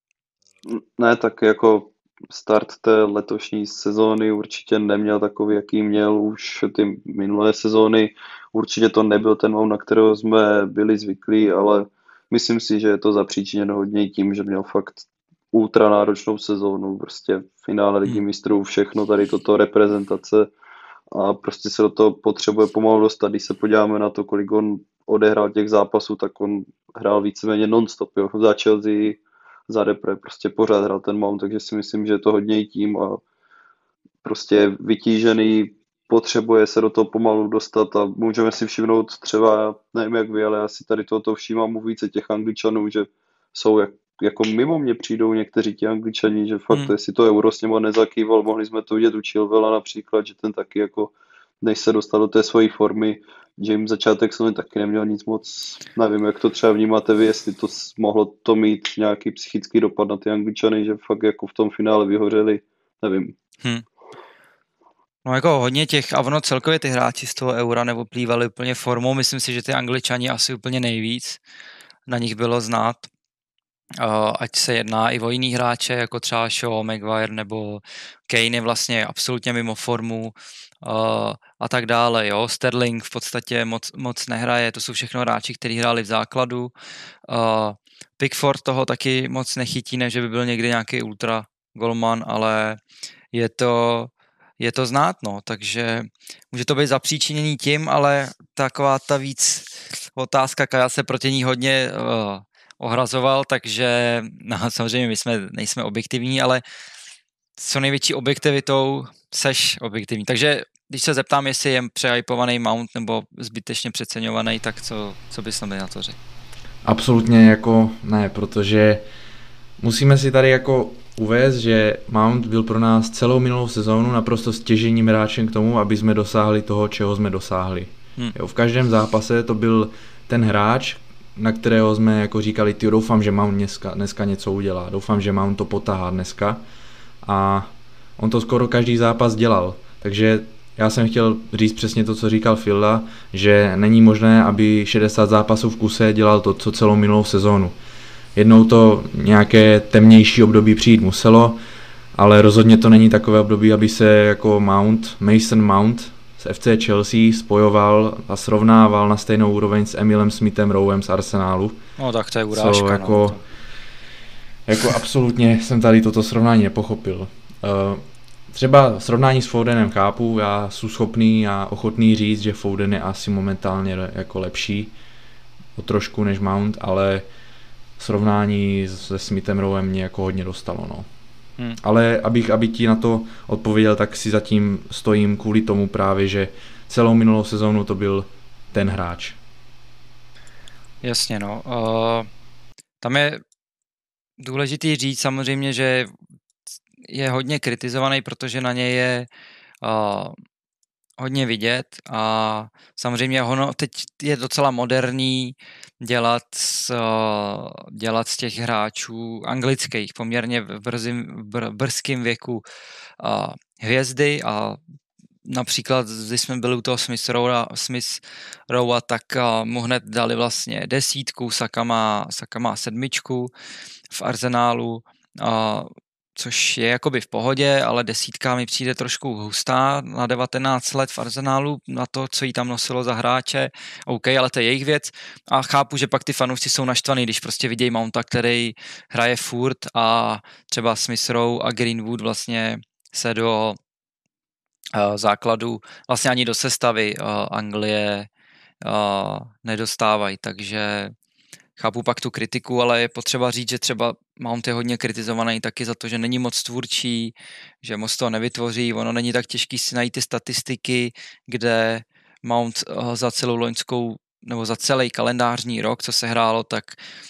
Ne, tak jako start té letošní sezóny určitě neměl takový, jaký měl už ty minulé sezóny. Určitě to nebyl ten Mount, na kterého jsme byli zvyklí, ale myslím si, že je to zapříčiněno hodně tím, že měl fakt ultra náročnou sezónu, prostě finále Ligy Hmm. mistrů, všechno tady toto reprezentace a prostě se do toho potřebuje pomalu dostat. Když se podíváme na to, kolik on odehrál těch zápasů, tak on hrál víceméně non-stop, jo. Za Chelsea, za repre, prostě pořád hrál ten Mount, takže si myslím, že je to hodně i tím a prostě vytížený, potřebuje se do toho pomalu dostat a můžeme si všimnout třeba, nevím jak vy, ale já si tady tohoto všímám u více těch Angličanů, že jsou jak, jako mimo mě přijdou někteří ti Angličani, že fakt, Hmm. jestli to Euro s něma nezakýval, mohli jsme to vidět u Chilwella například, že ten taky jako, než se dostal do té své formy, že jim začátek sezóny taky neměl nic moc, nevím, jak to třeba vnímáte vy, jestli to s- mohlo to mít nějaký psychický dopad na ty Angličany, že fakt jako v tom finále vyhořeli, nevím. Hmm. No jako hodně těch, a ono celkově ty hráči z toho Eura neoplývali úplně formou, myslím si, že ty Angličani asi úplně nejvíc, na nich bylo znát, uh, ať se jedná i o jiný hráče, jako třeba Shaw, Maguire nebo Kane je vlastně absolutně mimo formu uh, a tak dále, jo, Sterling v podstatě moc, moc nehraje, to jsou všechno hráči, kteří hráli v základu, uh, Pickford toho taky moc nechytí, ne, že by byl někdy nějaký ultra golman, ale je to je to znát, no, takže může to být zapříčiněný tím, ale taková ta víc otázka, Kaja se proti ní hodně uh, ohrazoval, takže no, samozřejmě my jsme, nejsme objektivní, ale s největší objektivitou seš objektivní. Takže když se zeptám, jestli je přehypovaný Mount nebo zbytečně přeceňovaný, tak co, co bys na to řekl? Absolutně jako ne, protože musíme si tady jako uvést, že Mount byl pro nás celou minulou sezónu naprosto stěžejním hráčem k tomu, aby jsme dosáhli toho, čeho jsme dosáhli. Hmm. Jo, v každém zápase to byl ten hráč, na kterého jsme jako říkali, ty doufám, že Mount dneska, dneska něco udělá, doufám, že Mount to potahá dneska a on to skoro každý zápas dělal, takže já jsem chtěl říct přesně to, co říkal Filda, že není možné, aby šedesát zápasů v kuse dělal to, co celou minulou sezónu. Jednou to nějaké temnější období přijít muselo, ale rozhodně to není takové období, aby se jako Mount, Mason Mount z F C Chelsea spojoval a srovnával na stejnou úroveň s Emilem Smithem Rowem z Arsenálu. No tak to je urážka. Co jako, no. jako absolutně jsem tady toto srovnání nepochopil. Uh, třeba srovnání s Fodenem chápu, já jsem schopný a ochotný říct, že Foden je asi momentálně jako lepší o trošku než Mount, ale srovnání se Smithem Rowem mě jako hodně dostalo, no. Hmm. Ale abych, aby ti na to odpověděl, tak si zatím stojím kvůli tomu právě, že celou minulou sezónu to byl ten hráč. Jasně, no. Uh, tam je důležitý říct samozřejmě, že je hodně kritizovaný, protože na něj je uh, hodně vidět a samozřejmě ono teď je docela moderní dělat z, dělat z těch hráčů anglických poměrně v brzým, br, brzkým věku a hvězdy a například, když jsme byli u toho Smith Rowa, Smith Rowa tak mu hned dali vlastně desítku, Saka má, Saka má sedmičku v Arsenálu, a což je jakoby v pohodě, ale desítka mi přijde trošku hustá na devatenáct let v Arsenálu, na to, co jí tam nosilo za hráče. OK, ale to je jejich věc a chápu, že pak ty fanoušci jsou naštvaný, když prostě vidějí Mounta, který hraje furt a třeba Smith Rowe a Greenwood vlastně se do uh, základu, vlastně ani do sestavy uh, Anglie uh, nedostávají, takže chápu pak tu kritiku, ale je potřeba říct, že třeba Mount je hodně kritizovaný taky za to, že není moc tvůrčí, že moc toho nevytvoří, ono není tak těžký si najít ty statistiky, kde Mount za celou loňskou, nebo za celý kalendářní rok, co se hrálo, tak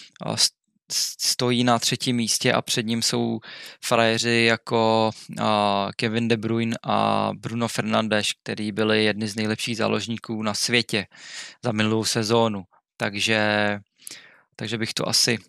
stojí na třetím místě a před ním jsou frajeři jako Kevin De Bruyne a Bruno Fernandes, který byli jedni z nejlepších záložníků na světě za minulou sezónu. Takže Takže bych to asi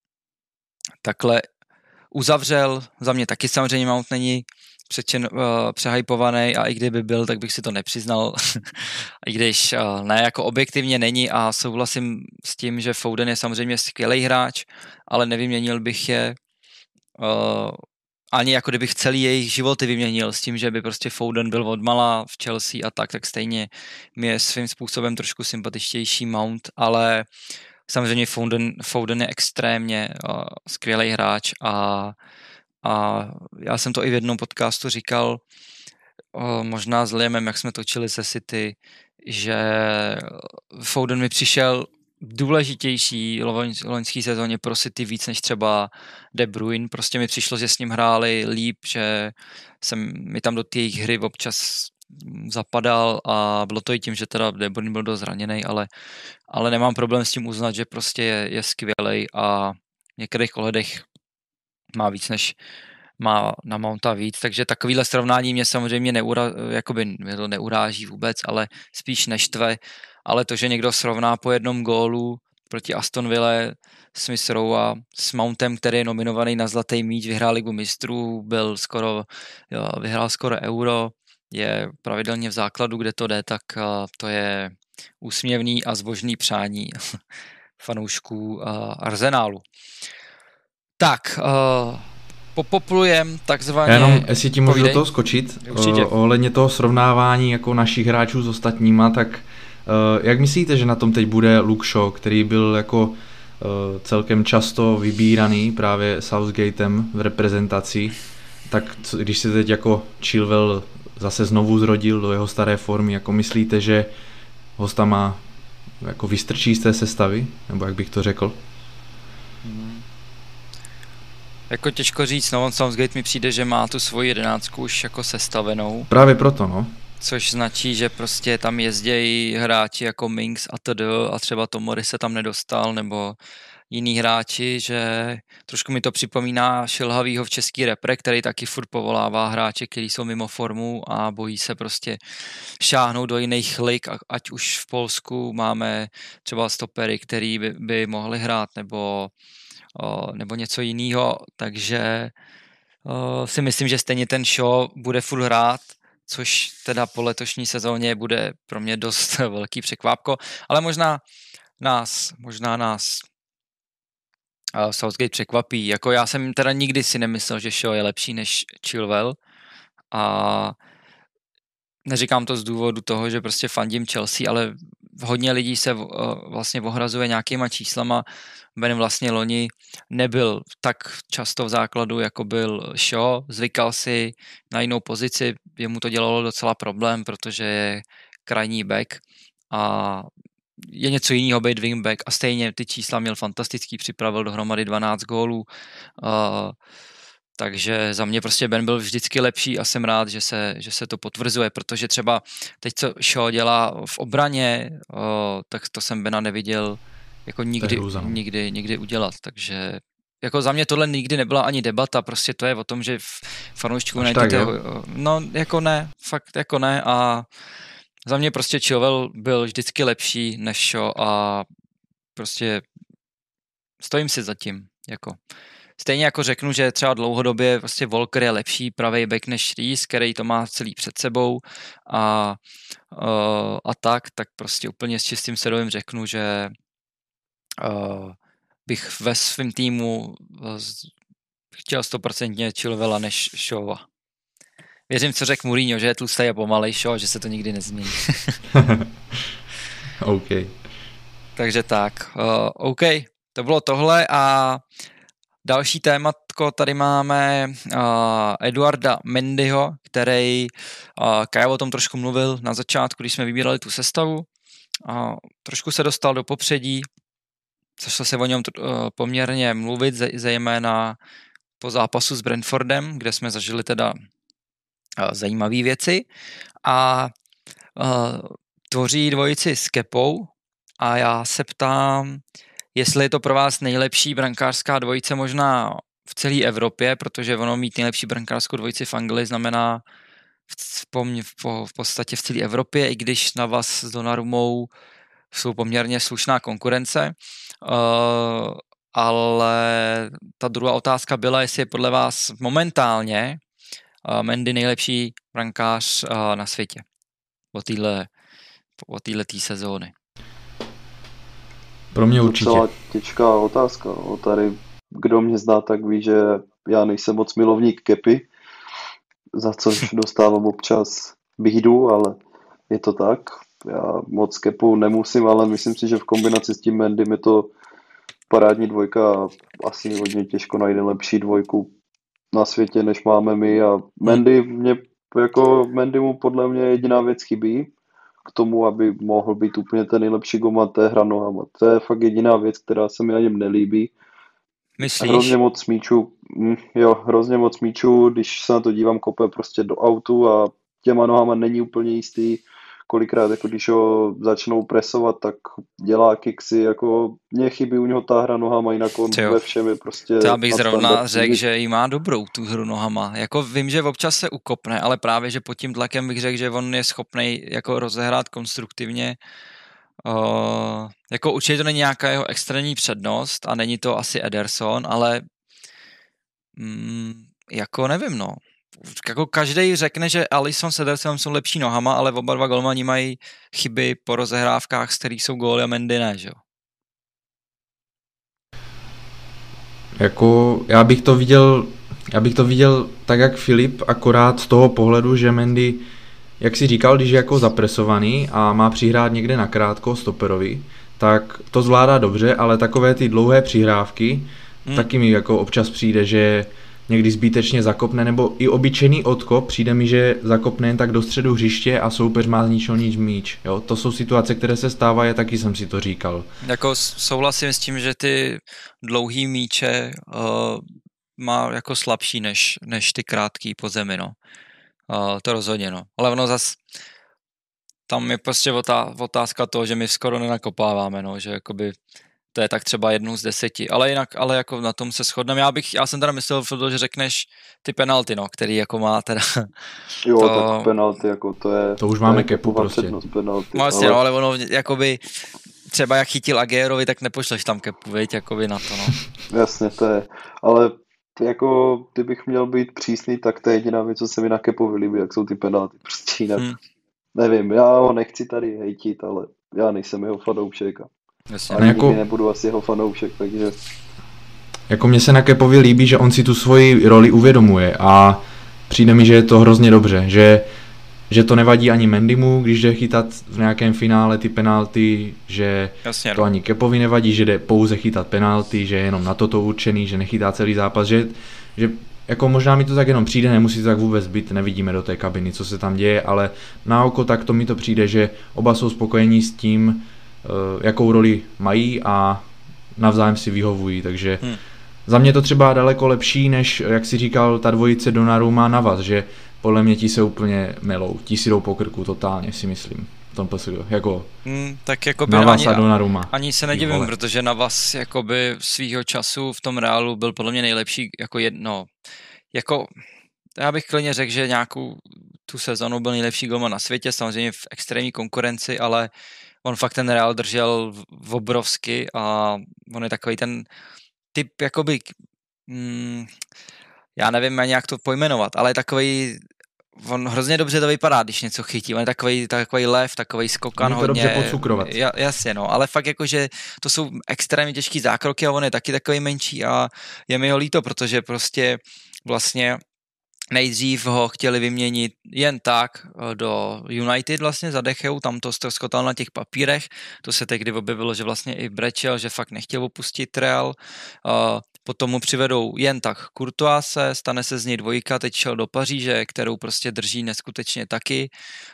takhle uzavřel. Za mě taky samozřejmě Mount není přečen, uh, přehypovaný a i kdyby byl, tak bych si to nepřiznal. I když uh, ne, jako objektivně není a souhlasím s tím, že Foden je samozřejmě skvělý hráč, ale nevyměnil bych je uh, ani jako kdybych celý jejich životy vyměnil s tím, že by prostě Foden byl odmala v Chelsea a tak, tak stejně mi je svým způsobem trošku sympatičtější Mount, ale Samozřejmě Foden, Foden je extrémně uh, skvělý hráč a, a já jsem to i v jednom podcastu říkal, uh, možná s Liamem, jak jsme točili se City, že Foden mi přišel důležitější v loňské sezóně pro City víc než třeba De Bruyne. Prostě mi přišlo, že s ním hráli líp, že jsem mi tam do té jejich hry občas zapadal a bylo to i tím, že teda De Bruyne byl dost zraněný, ale, ale nemám problém s tím uznat, že prostě je, je skvělej a v některých ohledech má víc než má na Mounta víc, takže takovýhle srovnání mě samozřejmě neura, jakoby mě to neuráží vůbec, ale spíš neštve, ale to, že někdo srovná po jednom gólu proti Aston Ville Smith Rowe s Mountem, který je nominovaný na Zlatý míč, vyhrál Ligu mistrů, byl skoro, jo, vyhrál skoro Euro, je pravidelně v základu, kde to jde, tak uh, to je úsměvný a zbožný přání fanoušků uh, Arsenálu. Tak, uh, popoplujem takzvaně... Já jenom, jestli ti můžu povídej. do toho skočit, Určitě. ohledně toho srovnávání jako našich hráčů s ostatníma, tak uh, jak myslíte, že na tom teď bude Luke Shaw, který byl jako uh, celkem často vybíraný právě Southgatem v reprezentaci, tak co, když se teď jako Chilwell zase znovu zrodil do jeho staré formy, jako myslíte, že hosta má jako vystrčí z té sestavy, nebo jak bych to řekl? Hmm. Jako těžko říct, no on Southgate mi přijde, že má tu svoji jedenáctku už jako sestavenou. Právě proto, no. Což značí, že prostě tam jezdějí hráči jako Mings a td. A třeba Tomori se tam nedostal, nebo jiní hráči, že trošku mi to připomíná šilhavýho v český repre, který taky furt povolává hráče, kteří jsou mimo formu a bojí se prostě šáhnout do jiných lig, ať už v Polsku máme třeba stopery, který by, by mohli hrát, nebo O, nebo něco jiného, takže o, si myslím, že stejně ten Shaw bude furt hrát, což teda po letošní sezóně bude pro mě dost velký překvápko, ale možná nás, možná nás uh, Southgate překvapí. Jako já jsem teda nikdy si nemyslel, že Shaw je lepší než Chilwell a neříkám to z důvodu toho, že prostě fandím Chelsea, ale hodně lidí se uh, vlastně ohrazuje nějakýma číslama. Ben vlastně loni nebyl tak často v základu, jako byl Shaw, zvykal si na jinou pozici, jemu to dělalo docela problém, protože je krajní back a je něco jiného být wingback a stejně ty čísla měl fantastický, připravil dohromady dvanáct gólů, uh, takže za mě prostě Ben byl vždycky lepší a jsem rád, že se, že se to potvrzuje, protože třeba teď, co Shaw dělá v obraně, uh, tak to jsem Bena neviděl jako nikdy, nikdy, nikdy udělat, takže jako za mě tohle nikdy nebyla ani debata, prostě to je o tom, že fanouščíků najděte, no jako ne, fakt jako ne a za mě prostě Chilwell byl vždycky lepší než Shaw a prostě stojím si za tím, jako. Stejně jako řeknu, že třeba dlouhodobě prostě Walker je lepší pravej back než Reece, který to má celý před sebou a, uh, a tak, tak prostě úplně s čistým svědomím řeknu, že uh, bych ve svém týmu chtěl stoprocentně Chilwella než Shawa. Věřím, co řekl Mourinho, že je tlustý a pomalej Shaw, že se to nikdy nezmění. OK. Takže tak, uh, OK, to bylo tohle a další tématko tady máme uh, Eduarda Mendyho, který, uh, Kaja o tom trošku mluvil na začátku, když jsme vybírali tu sestavu. Uh, trošku se dostal do popředí, což se o něm uh, poměrně mluvit, zejména po zápasu s Brentfordem, kde jsme zažili teda uh, zajímavé věci. A uh, tvoří dvojici s Kepou a já se ptám, jestli je to pro vás nejlepší brankářská dvojice možná v celé Evropě, protože ono mít nejlepší brankářskou dvojici v Anglii znamená v, v, v, v podstatě v celé Evropě, i když na vás s Donnarummou jsou poměrně slušná konkurence. Uh, ale ta druhá otázka byla, jestli je podle vás momentálně uh, Mendy nejlepší brankář uh, na světě o téhle o této sezóny. Pro mě určitě. Docela těžká otázka. No. Tady, kdo mě zná, tak ví, že já nejsem moc milovník Kepy, za což dostávám občas bídu, ale je to tak. Já moc Kepu nemusím, ale myslím si, že v kombinaci s tím Mendym je to parádní dvojka a asi hodně těžko najde lepší dvojku na světě, než máme my a Mendy mě, jako Mendy mu podle mě jediná věc chybí k tomu, aby mohl být úplně ten nejlepší golman, to je hra nohama. To je fakt jediná věc, která se mi na něm nelíbí. Myslíš? Hrozně moc míčů, hm, jo, hrozně moc míčů, když se na to dívám, kope prostě do autu a těma nohama není úplně jistý. Kolikrát, jako když ho začnou presovat, tak dělá kiksy, jako mě chybí u něho ta hra nohama, jinak on Tyjo. ve všem je prostě... To já bych zrovna nadstandardní. řekl, že jí má dobrou tu hru nohama. Jako vím, že občas se ukopne, ale právě, že pod tím tlakem bych řekl, že on je schopný jako rozehrát konstruktivně. Uh, jako určitě to není nějaká jeho extrémní přednost a není to asi Ederson, ale mm, jako nevím, no. Jako každý řekne, že Alisson s Edersonem jsou lepší nohama, ale oba dva golmani mají chyby po rozehrávkách, z kterých jsou góly a Mendy ne, že jo? Jako já bych to viděl, já bych to viděl tak jak Filip, akorát z toho pohledu, že Mendy, jak si říkal, když je jako zapresovaný a má přihrát někde nakrátko stoperovi, tak to zvládá dobře, ale takové ty dlouhé přihrávky, hmm. taky mi jako občas přijde, že někdy zbytečně zakopne, nebo i obyčejný odkop, přijde mi, že zakopne jen tak do středu hřiště a soupeř má z ničeho nic míč. Jo? To jsou situace, které se stávají, taky jsem si to říkal. Jako souhlasím s tím, že ty dlouhý míče uh, má jako slabší než, než ty krátký po zemi, no. Uh, to rozhodně, no. Ale ono zas tam je prostě otázka toho, že my skoro nenakopáváme, no, že jakoby to je tak třeba jednou z deseti, ale jinak, ale jako na tom se shodneme. Já bych, já jsem teda myslel, že řekneš ty penalty, no, který jako má teda... Jo, to... tak penalty, jako to je... To už máme kepu prostě. Penalty, vlastně, ale... no, ale ono, jakoby, třeba jak chytil Aguerovi, tak nepošleš tam kepu, viď, jakoby na to, no. Jasně, to je, ale jako, kdybych měl být přísný, tak to je jediná věc, co se mi na kepu líbí, jak jsou ty penalty, prostě jinak. Hmm. Nevím, já ho nechci tady hejtit, ale já nejsem jeho fanoušek. Jasně. Ani jako, nikdy nebudu asi jeho fanoušek, takže... Jako mně se na Kepovi líbí, že on si tu svoji roli uvědomuje a přijde mi, že je to hrozně dobře, že, že to nevadí ani Mendymu, když jde chytat v nějakém finále ty penalty, že Jasně, to ani Kepovi nevadí, že jde pouze chytat penalty, že je jenom na toto určený, že nechytá celý zápas, že, že jako možná mi to tak jenom přijde, nemusí to tak vůbec být, nevidíme do té kabiny, co se tam děje, ale na oko tak to mi to přijde, že oba jsou spokojení s tím, jakou roli mají a navzájem si vyhovují, takže hmm. za mě to třeba daleko lepší, než jak si říkal, ta dvojice Donnarumma Navas, že podle mě ti se úplně melou, ti si jdou po krku totálně, si myslím, v tom P S G, jako hmm, tak jakoby Navas ani, a Donnarumma. Ani se nedivím, protože Navas jakoby svýho času v tom Reálu byl podle mě nejlepší, jako jedno, jako já bych klidně řekl, že nějakou tu sezonu byl nejlepší golman na světě, samozřejmě v extrémní konkurenci, ale on fakt ten Real držel v obrovsky a on je takový ten typ, jakoby, mm, já nevím ani jak to pojmenovat, ale je takový, on hrozně dobře to vypadá, když něco chytí, on je takový, takový lev, takový skokan hodně. hodně. To dobře podcukrovat. Jasně, no, ale fakt jako, že to jsou extrémně těžký zákroky a on je taky takový menší a je mi ho líto, protože prostě vlastně nejdřív ho chtěli vyměnit jen tak do United vlastně za Decheu, tam to ztroskotal na těch papírech, to se tehdy objevilo, že vlastně i brečel, že fakt nechtěl opustit Real, potom mu přivedou jen tak Courtoise, stane se z něj dvojka, teď šel do Paříže, kterou prostě drží neskutečně taky,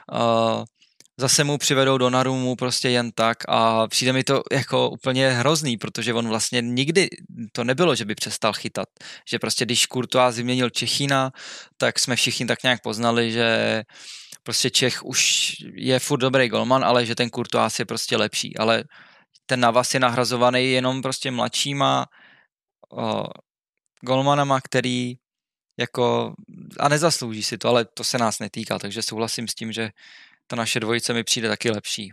zase mu přivedou Donnarummu prostě jen tak a přijde mi to jako úplně hrozný, protože on vlastně nikdy to nebylo, že by přestal chytat, že prostě když Courtois vyměnil Čechina, tak jsme všichni tak nějak poznali, že prostě Čech už je furt dobrý golman, ale že ten Courtois je prostě lepší, ale ten Navas je nahrazovaný jenom prostě mladšíma o, golmanama, který jako, a nezaslouží si to, ale to se nás netýká, takže souhlasím s tím, že ta naše dvojice mi přijde taky lepší.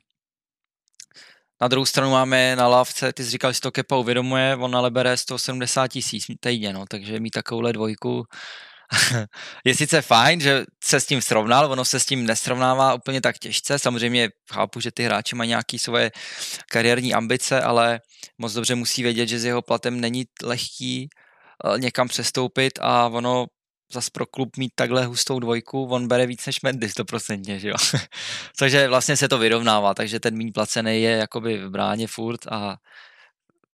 Na druhou stranu máme na lávce, ty jsi říkal, že to Kepa uvědomuje, on ale bere sto sedmdesát tisíc týdně, no, takže mít takovouhle dvojku je sice fajn, že se s tím srovnal, ono se s tím nesrovnává úplně tak těžce, samozřejmě chápu, že ty hráči mají nějaké svoje kariérní ambice, ale moc dobře musí vědět, že s jeho platem není lehký někam přestoupit a ono zas pro klub mít takhle hustou dvojku, on bere víc než Mendy, stoprocentně, že jo. Takže vlastně se to vyrovnává, takže ten míň placený je jakoby v bráně furt a ta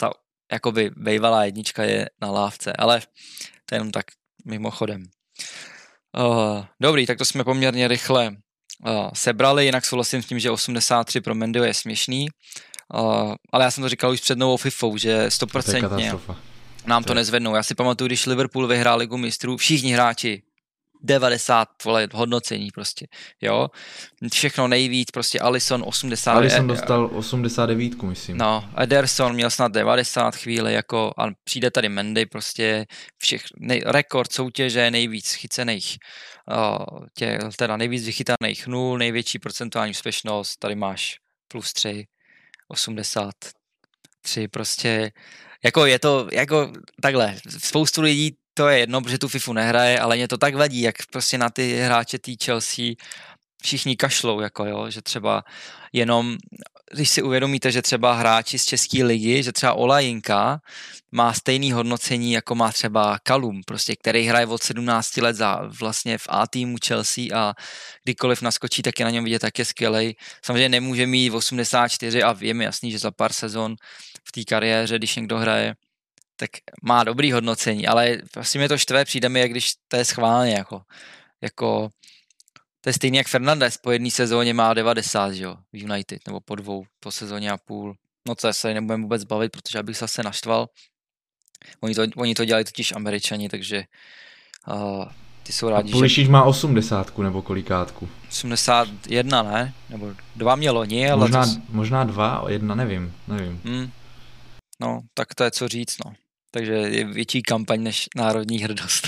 jakoby bývalá jednička je na lávce, ale to je jenom tak mimochodem. Uh, dobrý, tak to jsme poměrně rychle uh, sebrali, jinak souhlasím s tím, že osmdesát tři pro Mendyho je směšný, uh, ale já jsem to říkal už před novou FIFou, že sto procent nám to nezvednou. Já si pamatuju, když Liverpool vyhrál Ligu mistrů, všichni hráči devadesát vole, hodnocení prostě, jo. Všechno nejvíc, prostě Alisson osmdesát. Alisson dostal osmdesát devět, myslím. No, Ederson měl snad devadesát chvíli, jako, a přijde tady Mendy, prostě všech, nej, rekord soutěže, nejvíc chycených, uh, tě, teda nejvíc vychytaných nul, největší procentuální úspěšnost, tady máš plus tři, osmdesát tři, prostě, jako je to, jako takhle, spoustu lidí to je jedno, protože tu FIFU nehraje, ale mě to tak vadí, jak prostě na ty hráče tý Chelsea všichni kašlou, jako jo, že třeba jenom, když si uvědomíte, že třeba hráči z České ligy, že třeba Olajinka má stejný hodnocení, jako má třeba Kalum, prostě, který hraje od sedmnácti let za vlastně v A týmu Chelsea a kdykoliv naskočí, tak je na něm vidět, tak je skvělej. Samozřejmě nemůže mít osmdesát čtyři a je mi jasný, že za pár sezon v té kariéře, když někdo hraje, tak má dobrý hodnocení, ale vlastně mě to štve, přijde mi, jak když to je schválně, jako, jako to je stejný jak Fernandes, po jedné sezóně má devadesát, jo, v United, nebo po dvou, po sezóně a půl. No to se nebudeme vůbec bavit, protože abych se zase naštval. Oni to, oni to dělají totiž Američani, takže uh, ty jsou rádi, a Pulisic že... má osmdesátku nebo kolikátku? osmdesát jedna, ne? Nebo dva mě loni, ale... Možná, to... možná dva, jedna, nevím, nevím. Hmm. No, tak to je co říct, no. Takže je větší kampaň než národní hrdost.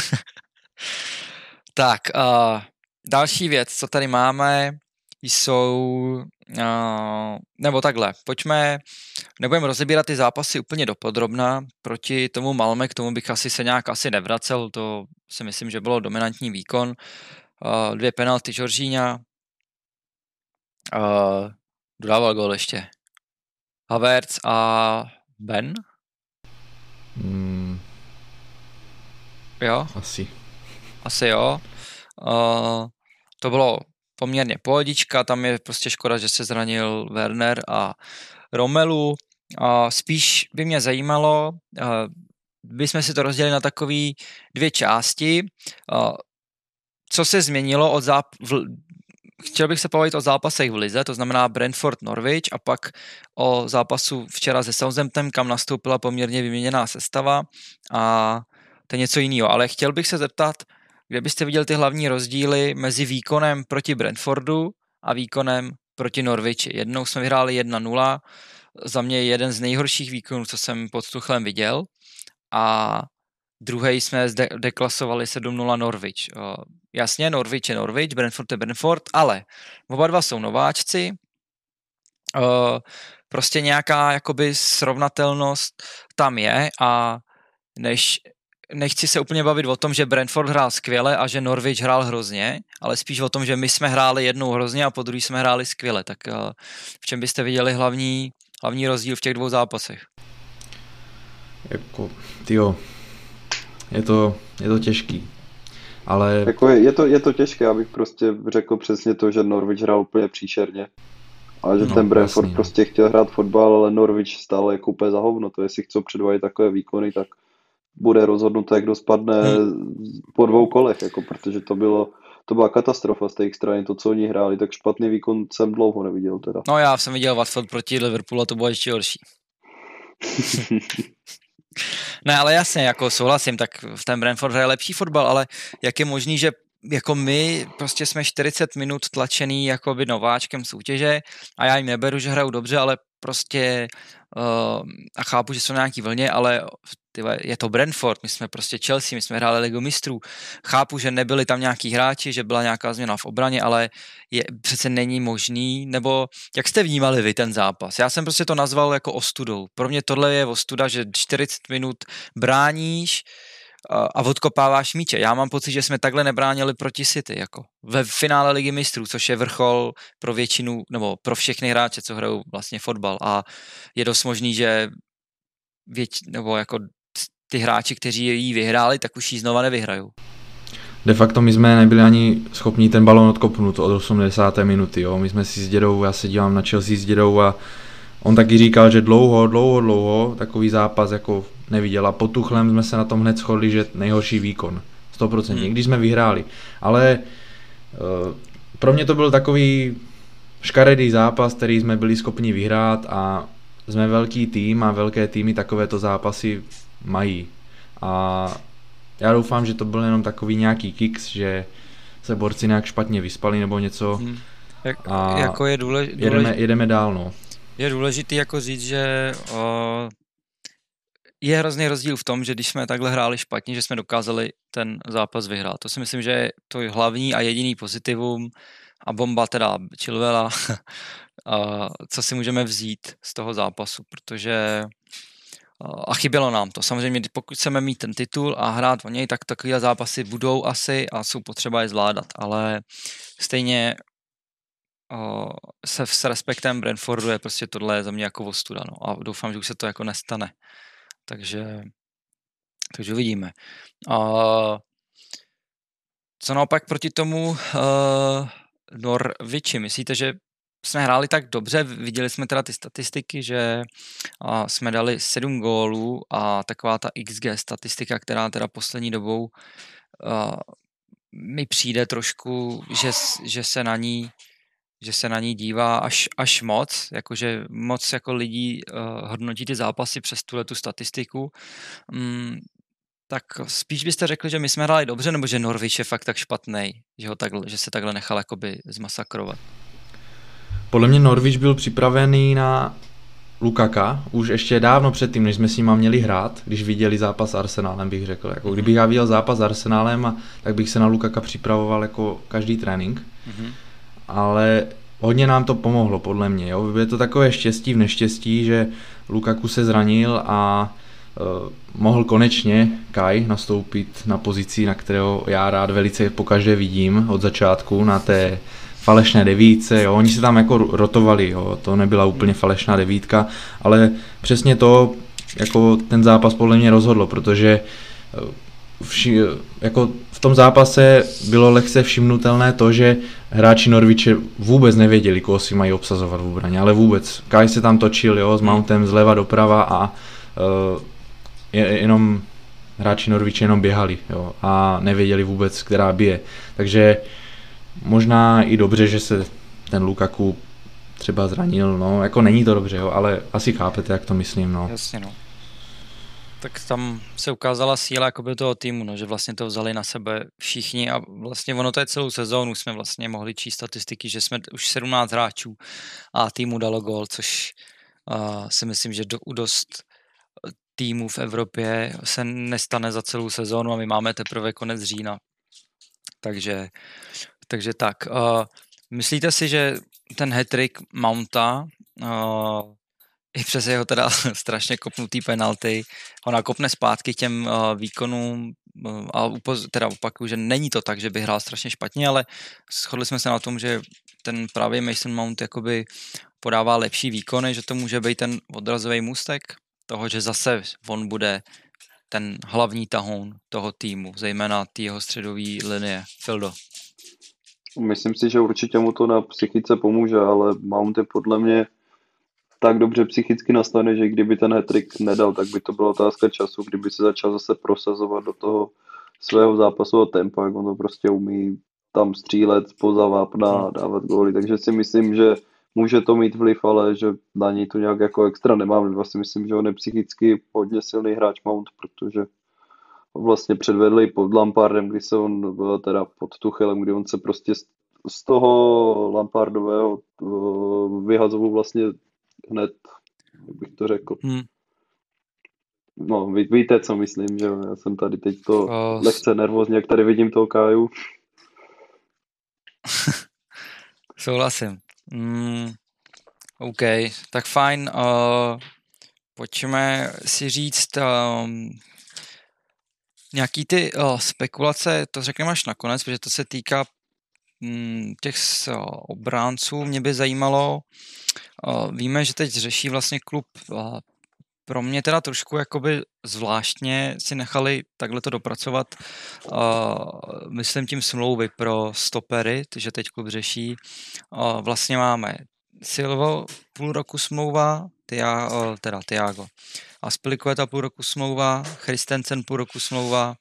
Tak, uh, další věc, co tady máme, jsou, uh, nebo takhle, pojďme, nebudeme rozebírat ty zápasy úplně dopodrobna, proti tomu Malmö, k tomu bych asi se nějak asi nevracel, to si myslím, že bylo dominantní výkon, uh, dvě penalty Jorginha, uh, dodával gól ještě, Havertz a Ben? Hmm. Jo? Asi. Asi jo. Uh, to bylo poměrně pohodička, tam je prostě škoda, že se zranil Werner a Romelu. Uh, spíš by mě zajímalo, uh, bychom si to rozdělili na takové dvě části. Uh, co se změnilo od záp... V... Chtěl bych se povědět o zápasech v lize, to znamená Brentford Norwich a pak o zápasu včera se Southamptonem, kam nastoupila poměrně vyměněná sestava a to je něco jiného. Ale chtěl bych se zeptat, kde byste viděl ty hlavní rozdíly mezi výkonem proti Brentfordu a výkonem proti Norwichi. Jednou jsme vyhráli jedna nula, za mě jeden z nejhorších výkonů, co jsem pod Tuchlem viděl a druhý jsme zde- deklasovali sedm nula Norwich. Uh, jasně, Norwich je Norwich, Brentford je Brentford, ale oba dva jsou nováčci. Uh, prostě nějaká jakoby srovnatelnost tam je a než, nechci se úplně bavit o tom, že Brentford hrál skvěle a že Norwich hrál hrozně, ale spíš o tom, že my jsme hráli jednou hrozně a po druhý jsme hráli skvěle. Tak uh, v čem byste viděli hlavní, hlavní rozdíl v těch dvou zápasech? Jako, tyjo, je to, je to těžký, ale... Jako je, je, to, je to těžké, abych prostě řekl přesně to, že Norwich hrál úplně příšerně. A že no, ten Brentford jasný, prostě chtěl hrát fotbal, ale Norwich stále jako úplně za hovno. To jestli chcou předvádět takové výkony, tak bude rozhodnuté, kdo spadne hmm. po dvou kolech, jako, protože to bylo, to byla katastrofa z té jejich strany, to, co oni hráli, tak špatný výkon jsem dlouho neviděl teda. No já jsem viděl Watford proti Liverpoolu a to bylo ještě horší. Ne, ale jasně, jako souhlasím, tak v ten Brentford hraje lepší fotbal, ale jak je možný, že jako my prostě jsme čtyřicet minut tlačený jakoby nováčkem soutěže a já jim neberu, že hrajou dobře, ale prostě uh, a chápu, že jsou na nějaký vlně, ale tyhle, je to Brentford, my jsme prostě Chelsea, my jsme hráli Ligu mistrů, chápu, že nebyli tam nějaký hráči, že byla nějaká změna v obraně, ale je, přece není možný, nebo jak jste vnímali vy ten zápas? Já jsem prostě to nazval jako ostudou. Pro mě tohle je ostuda, že čtyřicet minut bráníš a odkopáváš míče. Já mám pocit, že jsme takhle nebránili proti City, jako ve finále Ligy mistrů, což je vrchol pro většinu, nebo pro všechny hráče, co hrajou vlastně fotbal a je dost možný, že věť, nebo jako ty hráči, kteří ji vyhráli, tak už ji znova nevyhrajou. De facto my jsme nebyli ani schopni ten balón odkopnout od osmdesáté minuty, jo. My jsme si s dědou, já se dívám na Chelsea s dědou a on taky říkal, že dlouho, dlouho, dlouho takový zápas jako neviděl a pod Tuchlem jsme se na tom hned shodli, že nejhorší výkon, sto procent, hmm. když jsme vyhráli, ale uh, pro mě to byl takový škaredý zápas, který jsme byli schopni vyhrát a jsme velký tým a velké týmy takovéto zápasy mají a já doufám, že to byl jenom takový nějaký kiks, že se borci nějak špatně vyspali nebo něco hmm. Jak, a jako je důlež, důlež... jedeme, jedeme dál, no. Je důležitý jako říct, že o, je hrozný rozdíl v tom, že když jsme takhle hráli špatně, že jsme dokázali ten zápas vyhrát. To si myslím, že je to hlavní a jediný pozitivum a bomba teda Chilwella, a co si můžeme vzít z toho zápasu, protože a chybělo nám to. Samozřejmě, pokud chceme mít ten titul a hrát o něj, tak takové zápasy budou asi a jsou potřeba je zvládat, ale stejně o, se s respektem Brentfordu je prostě tohle za mě jako ostuda, no. A doufám, že už se to jako nestane. Takže, takže uvidíme. A, co naopak proti tomu uh, Norwichi? Myslíte, že jsme hráli tak dobře, viděli jsme teda ty statistiky, že uh, jsme dali sedm gólů a taková ta X G statistika, která teda poslední dobou uh, mi přijde trošku, že, že se na ní že se na ní dívá až, až moc, jakože moc jako lidí uh, hodnotí ty zápasy přes tuhletu statistiku. Mm, tak spíš byste řekli, že my jsme hráli dobře, nebo že Norwich je fakt tak špatnej, že, ho takhle, že se takhle nechal jakoby zmasakrovat? Podle mě Norwich byl připravený na Lukaka už ještě dávno předtím, než jsme s nima měli hrát, když viděli zápas s Arsenálem, bych řekl. Jako kdybych já viděl zápas s Arsenálem, tak bych se na Lukaka připravoval jako každý trénink. Mm-hmm. Ale hodně nám to pomohlo, podle mě. Jo. Je to takové štěstí v neštěstí, že Lukaku se zranil a uh, mohl konečně Kai nastoupit na pozici, na kterého já rád velice pokaždé vidím od začátku, na té falešné devítce. Jo. Oni se tam jako rotovali, jo. To nebyla úplně falešná devítka, ale přesně to jako ten zápas podle mě rozhodlo, protože uh, Vši, jako v tom zápase bylo lehce všimnutelné to, že hráči Norwiche vůbec nevěděli, koho si mají obsazovat v obraně, ale vůbec. Kai se tam točil, jo, s Mountem zleva doprava a uh, je, jenom hráči Norwiche jenom běhali, jo, a nevěděli vůbec, která bije. Takže možná i dobře, že se ten Lukaku třeba zranil, no, jako není to dobře, jo, ale asi chápete, jak to myslím, no. Jasně, no. Tak tam se ukázala síla jakoby toho týmu, no, že vlastně to vzali na sebe všichni a vlastně ono to je celou sezónu, jsme vlastně mohli číst statistiky, že jsme už sedmnáct hráčů a týmu dalo gól, což uh, si myslím, že do, u dost týmů v Evropě se nestane za celou sezónu a my máme teprve konec října. Takže, takže tak. Uh, myslíte si, že ten hat-trick Mounta uh, i přes jeho teda strašně kopnutý penalty, ho nakopne zpátky k těm uh, výkonům uh, a upoz- teda opakuju, že není to tak, že by hrál strašně špatně, ale shodli jsme se na tom, že ten právě Mason Mount jakoby podává lepší výkony, že to může být ten odrazový můstek toho, že zase on bude ten hlavní tahoun toho týmu, zejména té jeho středové linie. Fildo. Myslím si, že určitě mu to na psychice pomůže, ale Mount je podle mě tak dobře psychicky nastavený, že kdyby ten hat-trick nedal, tak by to byla otázka času, kdyby se začal zase prosazovat do toho svého zápasového tempa, jak on to prostě umí tam střílet spoza vápna a dávat góly, takže si myslím, že může to mít vliv, ale že na něj to nějak jako extra nemám. Vlastně myslím, že on je psychicky hodně silný hráč Mount, protože vlastně předvedli pod Lampardem, kdy se on, teda pod Tuchelem, kdy on se prostě z toho Lampardového vyhazoval vlastně hned, jak bych to řekl. Hmm. No, ví, víte, co myslím, že já jsem tady teď to uh, lehce nervózně, jak tady vidím toho Káju. Souhlasím. Mm, OK, tak fajn. Uh, pojďme si říct um, nějaký ty uh, spekulace, to řekneme až nakonec, protože to se týká um, těch uh, obránců. Mě by zajímalo, uh, víme, že teď řeší vlastně klub, uh, pro mě teda trošku jakoby zvláštně si nechali takhle to dopracovat, uh, myslím tím smlouvy pro stopery, že teď klub řeší. Uh, vlastně máme Silva půl roku smlouva, Tia, teda Thiago. Azpilicueta půl roku smlouva, Christensen půl roku smlouva,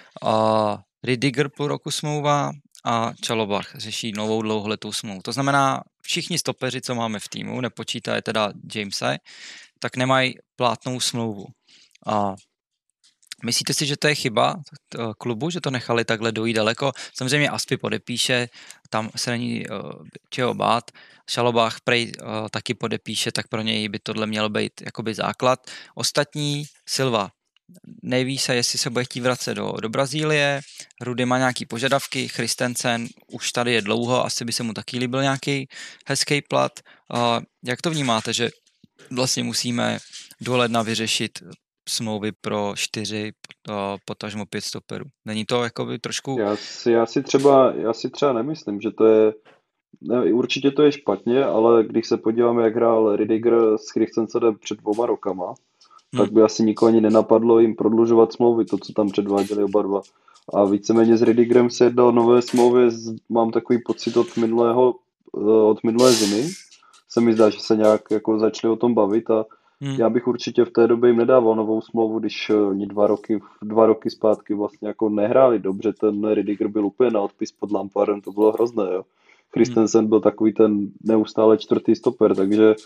a Ridiger půl roku smlouva a Čalobach řeší novou dlouholetou smlouvu. To znamená, všichni stopeři, co máme v týmu, nepočítaje teda Jamese, tak nemají plátnou smlouvu. A myslíte si, že to je chyba klubu, že to nechali takhle dojít daleko? Samozřejmě Aspi podepíše, tam se není uh, čeho bát. Šalobách prej uh, taky podepíše, tak pro něj by tohle mělo být jakoby základ. Ostatní Silva neví se, jestli se bude chtít vracet do, do Brazílie, Rudy má nějaký požadavky, Christensen už tady je dlouho, asi by se mu taky líbil nějaký hezký plat. Uh, jak to vnímáte, že vlastně musíme do ledna vyřešit smlouvy pro čtyři, potažmo pět stoperů. Není to jakoby trošku... Já si, já si, třeba, já si třeba nemyslím, že to je... Ne, určitě to je špatně, ale když se podíváme, jak hrál Ridiger s Christensenem před dvoma rokama, hmm. tak by asi nikoho ani nenapadlo jim prodlužovat smlouvy, to, co tam předváděli oba dva. A víceméně s Ridigerem se jednalo nové smlouvy, mám takový pocit od minulého, od minulé zimy. Se mi zdá, že se nějak jako začali o tom bavit a Hmm. já bych určitě v té době jim nedával novou smlouvu, když oni dva roky, dva roky zpátky vlastně jako nehráli dobře, ten Ridiger byl úplně na odpis pod Lampardem, to bylo hrozné, jo. Christensen hmm. byl takový ten neustále čtvrtý stoper, takže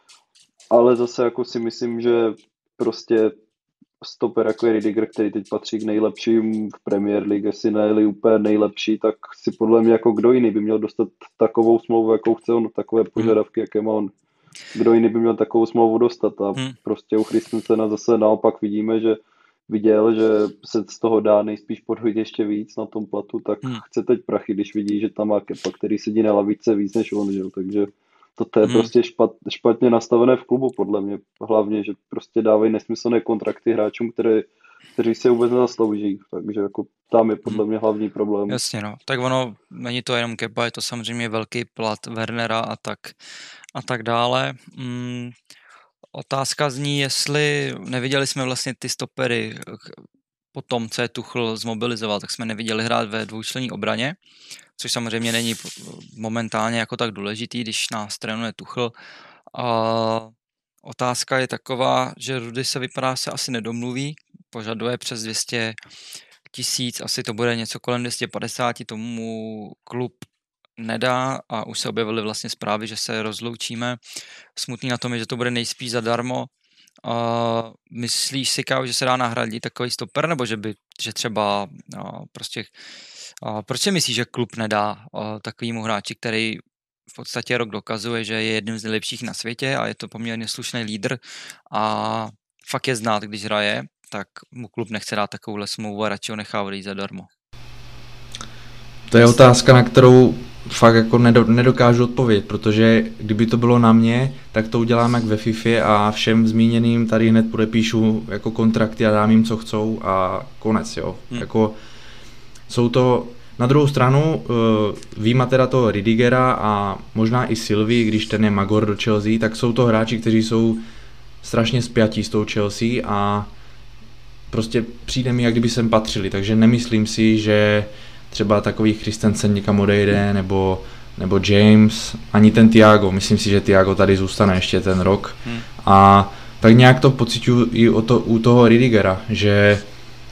ale zase jako si myslím, že prostě stoper jako je Ridiger, který teď patří k nejlepším v Premier League, jestli ne úplně nejlepší, tak si podle mě jako kdo jiný by měl dostat takovou smlouvu, jakou chce on, takové požadavky, hmm. jaké má on. Kdo jiný by měl takovou smlouvu dostat a hmm. prostě u Christensena zase naopak vidíme, že viděl, že se z toho dá nejspíš podhojit ještě víc na tom platu, tak hmm. chce teď prachy, když vidí, že tam má Kepa, který sedí na lavice víc než on, že? Takže to je hmm. prostě špat, špatně nastavené v klubu podle mě, hlavně, že prostě dávají nesmyslné kontrakty hráčům, které, kteří se vůbec nezaslouží, takže jako tam je podle mě hlavní problém. Jasně, no, tak ono, není to jenom Kepa, je to samozřejmě velký plat Wernera a tak a tak dále. Hmm, otázka zní, jestli neviděli jsme vlastně ty stopery po tom, co je Tuchel zmobilizoval, tak jsme neviděli hrát ve dvoučlenné obraně, což samozřejmě není momentálně jako tak důležitý, když nás trénuje Tuchel. A otázka je taková, že Rudy se vypadá, se asi nedomluví, požaduje přes dvě stě tisíc, asi to bude něco kolem dvě stě padesát, tomu klub nedá a už se objevily vlastně zprávy, že se rozloučíme. Smutný na tom je, že to bude nejspíš zadarmo. Uh, myslíš si, Káo, že se dá nahradit takový stoper, nebo že by, že třeba uh, prostě, uh, proč si myslíš, že klub nedá uh, takovýmu hráči, který v podstatě rok dokazuje, že je jedním z nejlepších na světě a je to poměrně slušný lídr a fakt je znát, když hraje, tak mu klub nechce dát takovouhle smlouvu a radši ho nechá odejít zadarmo. To je otázka, na kterou fakt jako nedokážu odpovědět, protože kdyby to bylo na mě, tak to udělám jak ve FIFA a všem zmíněným tady hned podepíšu jako kontrakty a dám jim, co chcou a konec, jo. Hmm. Jako jsou to, na druhou stranu, výjima teda toho Ridigera a možná i Silvy, když ten je Magor do Chelsea, tak jsou to hráči, kteří jsou strašně spjatí s tou Chelsea a prostě přijde mi, jak kdyby sem patřili, takže nemyslím si, že třeba takový Christensen někam odejde, nebo, nebo James, ani ten Thiago, myslím si, že Thiago tady zůstane ještě ten rok. Hmm. A tak nějak to pociťuji i o to, u toho Ridigera, že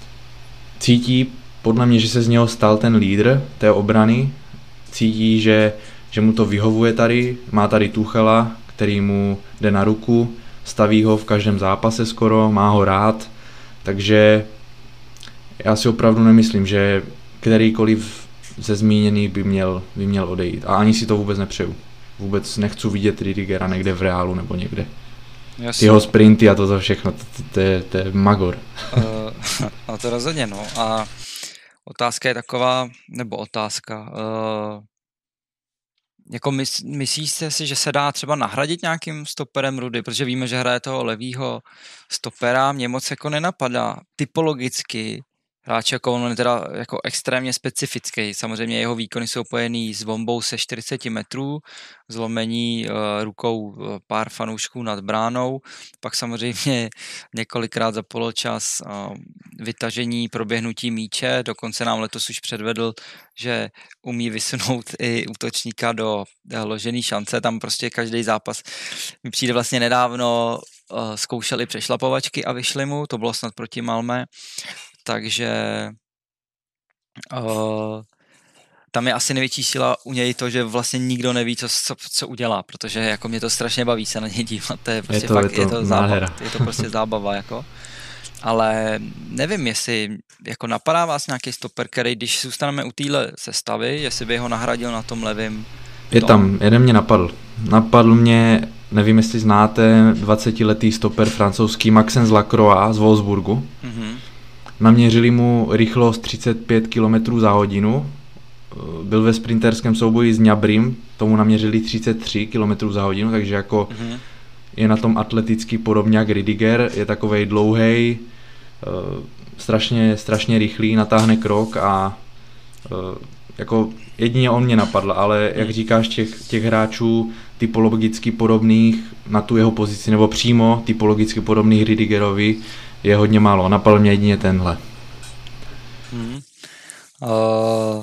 cítí podle mě, že se z něho stal ten lídr té obrany, cítí, že, že mu to vyhovuje tady, má tady Tuchela, který mu jde na ruku, staví ho v každém zápase skoro, má ho rád, takže já si opravdu nemyslím, že kterýkoliv ze zmíněných by měl, by měl odejít. A ani si to vůbec nepřeju. Vůbec nechci vidět Ridigera někde v Reálu nebo někde. Jasně. Ty jeho sprinty a to za všechno, to, to, to, je, to je magor. Uh, a to rozhodně, no. A otázka je taková, nebo otázka, uh, jako mys, myslíte si, že se dá třeba nahradit nějakým stoperem Rudy, protože víme, že hraje toho levýho stopera, mě moc jako nenapadá typologicky hráč jako on je teda jako extrémně specifický. Samozřejmě jeho výkony jsou pojený s bombou se čtyřicet metrů, zlomení uh, rukou pár fanoušků nad bránou, pak samozřejmě několikrát za poločas uh, vytažení, proběhnutí míče, dokonce nám letos už předvedl, že umí vysunout i útočníka do ložený šance, tam prostě každý zápas mi přijde vlastně nedávno uh, zkoušeli přešlapovačky a vyšli mu, to bylo snad proti Malmö, takže uh, tam je asi největší síla u něj to, že vlastně nikdo neví, co, co, co udělá, protože jako mě to strašně baví se na něj dívat, to je prostě je to, fakt, je to, je to zábava, je to prostě zábava, jako. Ale nevím, jestli jako napadá vás nějaký stoper, který, když zůstaneme u téhle sestavy, jestli by ho nahradil na tom levým. Je tam, jeden mě napadl. Napadl mě, nevím, jestli znáte, dvacetiletý stoper francouzský Maxence Lacroix z Wolfsburgu. Mm-hmm. Naměřili mu rychlost třicet pět kilometrů za hodinu. Byl ve sprinterském souboji s Gnabrim, tomu naměřili třicet tři kilometrů za hodinu, takže jako mm-hmm. je na tom atleticky podobně jak Rüdiger, je takovej dlouhej, strašně, strašně rychlý, natáhne krok a jako jedině on mě napadl, ale jak říkáš, těch, těch hráčů typologicky podobných na tu jeho pozici, nebo přímo typologicky podobných Rüdigerovi je hodně málo. Napadl mě jedině tenhle. Hmm. Uh,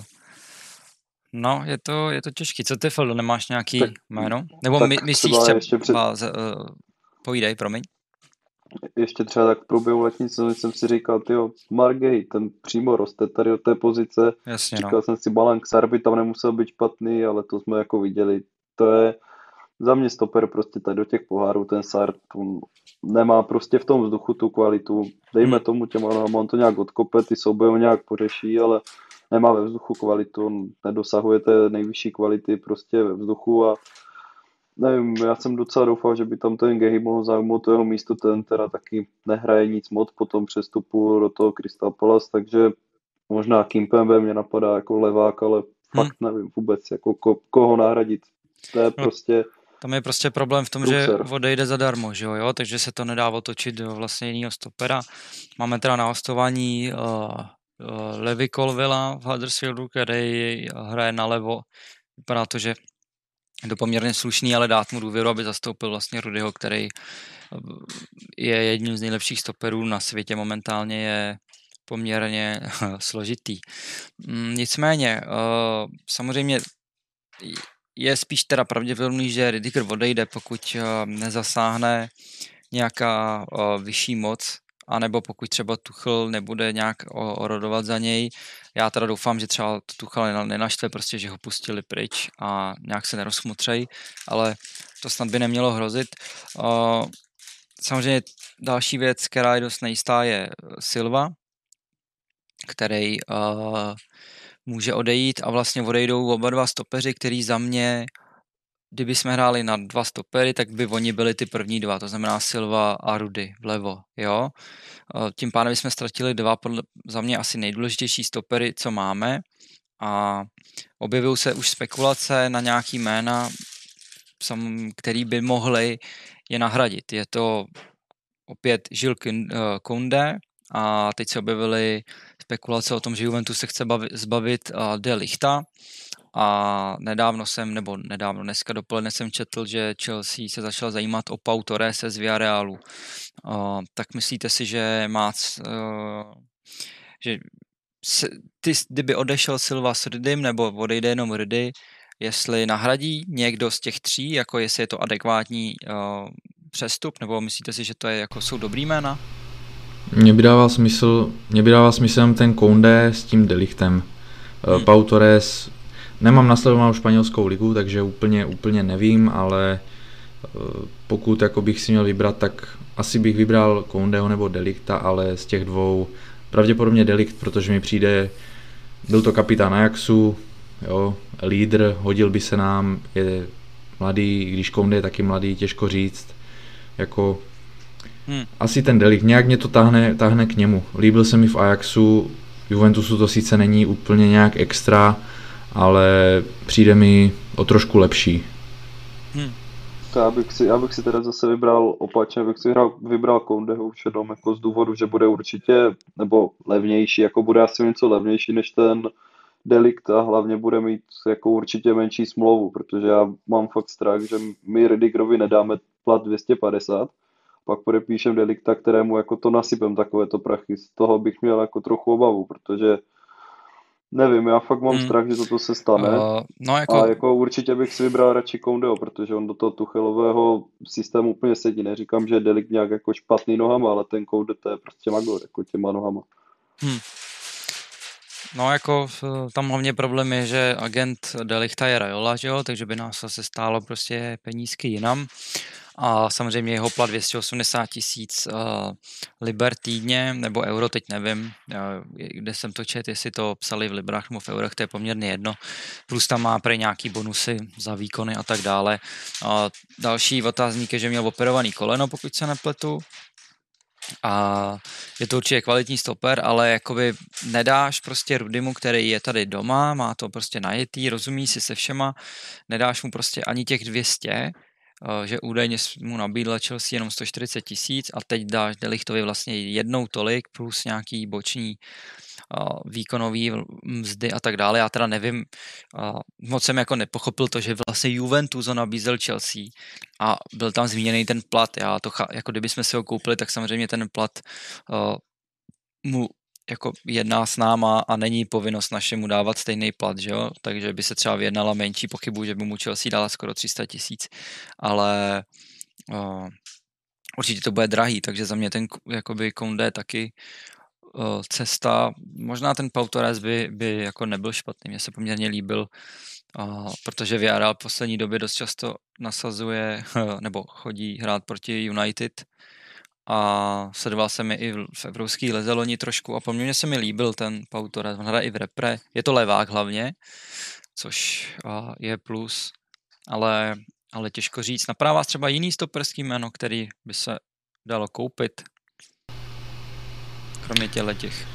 no, je to, je to těžký. Co ty, Feldo, nemáš nějaký tak, jméno? Nebo my, myslíš třeba... Před... Uh, povídej, promiň. Ještě třeba tak v průběhu letní sezóny jsem si říkal, tyjo, Margej, ten přímo roste tady od té pozice. Jasně, říkal no. jsem si, Balang Sarby tam nemusel být špatný, ale to jsme jako viděli. To je za mě stoper prostě tady do těch pohárů, ten Sar nemá prostě v tom vzduchu tu kvalitu. Dejme hmm. tomu těm, on to nějak odkope, ty souboje ho nějak pořeší, ale nemá ve vzduchu kvalitu, on nedosahuje té nejvyšší kvality prostě ve vzduchu a nevím, já jsem docela doufal, že by tam ten Gehy mohl zaujmout to jeho místo, ten teda taky nehraje nic moc po tom přestupu do toho Crystal Palace, takže možná Kimpembe mě napadá jako levák, ale hmm. fakt nevím vůbec, jako ko, koho nahradit. To je prostě... Tam je prostě problém v tom, Ruser. Že odejde zadarmo, že jo, takže se to nedá otočit do vlastně jiného stopera. Máme teda na hostování uh, uh, Levi Colwilla v Huddersfieldu, který hraje nalevo. Vypadá to, že je to poměrně slušný, ale dát mu důvěru, aby zastoupil vlastně Rudyho, který je jedním z nejlepších stoperů na světě momentálně, je poměrně složitý. Nicméně, uh, samozřejmě je spíš teda pravděpodobný, že Rüdiger odejde, pokud nezasáhne nějaká uh, vyšší moc, anebo pokud třeba Tuchel nebude nějak orodovat za něj. Já teda doufám, že třeba Tuchel nenaštve, prostě, že ho pustili pryč a nějak se nerozchmutřejí, ale to snad by nemělo hrozit. Uh, samozřejmě další věc, která je dost nejistá, je Silva, který uh, může odejít a vlastně odejdou oba dva stopeři, který za mě, kdyby jsme hráli na dva stopery, tak by oni byli ty první dva, to znamená Silva a Rudy vlevo, jo. Tím pádem jsme ztratili dva podle za mě asi nejdůležitější stopery, co máme a objevují se už spekulace na nějaký jména, který by mohli je nahradit. Je to opět Jules Koundé a teď se objevily spekulace o tom, že Juventus se chce bavit, zbavit De Lichta a nedávno jsem, nebo nedávno, dneska dopoledne jsem četl, že Chelsea se začala zajímat o Pau Torrese z Villarealu. Uh, tak myslíte si, že má, uh, že se, ty, kdyby odešel Silva s Rydym, nebo odejde jenom Rydy, jestli nahradí někdo z těch tří, jako jestli je to adekvátní uh, přestup, nebo myslíte si, že to je, jako jsou dobrý jména? Mně by dával smysl, mě by dával smysl ten Koundé s tím De Lichtem. Hmm. Pau Torres, nemám nasledovanou španělskou ligu, takže úplně, úplně nevím, ale pokud jako bych si měl vybrat, tak asi bych vybral Koundého nebo De Lichta, ale z těch dvou pravděpodobně De Licht, protože mi přijde, byl to kapitán Ajaxu, jo, lídr, hodil by se nám, je mladý, když Koundé je taky mladý, těžko říct, jako Hmm. asi ten De Licht, nějak mě to táhne, táhne k němu. Líbil se mi v Ajaxu, Juventusu to sice není úplně nějak extra, ale přijde mi o trošku lepší. Hmm. Já bych si, já bych si teda zase vybral opačně, bych si hrál, vybral Koundeho už jenom jako z důvodu, že bude určitě, nebo levnější, jako bude asi něco levnější než ten Delikt a hlavně bude mít jako určitě menší smlouvu, protože já mám fakt strach, že my Rüdigerovi nedáme plat dvě stě padesát, pak podepíšem Delikta, kterému jako to nasypem takovéto prachy. Z toho bych měl jako trochu obavu, protože nevím, já fakt mám Hmm. strach, že toto se stane. Uh, no A jako, jako určitě bych si vybral radši Koundeho, protože on do toho Tuchelového systému úplně sedí. Neříkám, že je Delikt nějak jako špatný nohama, ale ten Kounde to je prostě magor, jako těma nohama. hm. No jako f- tam hlavně problém je, že agent Delichta je Raiola, že jo, takže by nás asi stálo prostě penízky jinam. A samozřejmě jeho plat dvě stě osmdesát tisíc uh, liber týdně, nebo euro, teď nevím, uh, kde jsem to čet, jestli to psali v librách nebo v eurech, to je poměrně jedno. Plus tam má prej nějaký bonusy za výkony a tak dále. A další otázník je, že měl operovaný koleno, pokud se nepletu. A je to určitě kvalitní stoper, ale jakoby nedáš prostě Rudimu, který je tady doma, má to prostě najetý, rozumí si se všema, nedáš mu prostě ani těch dvě stě, že údajně mu nabídla Chelsea jenom sto čtyřicet tisíc a teď dáš Delichtovi vlastně jednou tolik plus nějaký boční výkonový mzdy a tak dále. Já teda nevím, moc jsem jako nepochopil to, že vlastně Juventus ho nabízel Chelsea a byl tam zmíněný ten plat. Já to, jako kdyby jsme si ho koupili, tak samozřejmě ten plat uh, mu jako jedná s náma a není povinnost našemu dávat stejný plat, že jo? Takže by se třeba vyjednala menší pochybu, že by mu Chelsea dala skoro tři sta tisíc, ale uh, určitě to bude drahý, takže za mě ten jakoby Koundé taky uh, cesta. Možná ten Pau Torres by, by jako nebyl špatný, mně se poměrně líbil, uh, protože Villarreal v poslední době dost často nasazuje nebo chodí hrát proti United a sledoval jsem je i v evropské lize loni trošku a poměrně se mi líbil ten Pau Torres, on hraje i v repre, je to levák hlavně, což uh, je plus, ale, ale těžko říct. Napadá vás třeba jiný stoperský jméno, který by se dalo koupit, kromě těchto těch?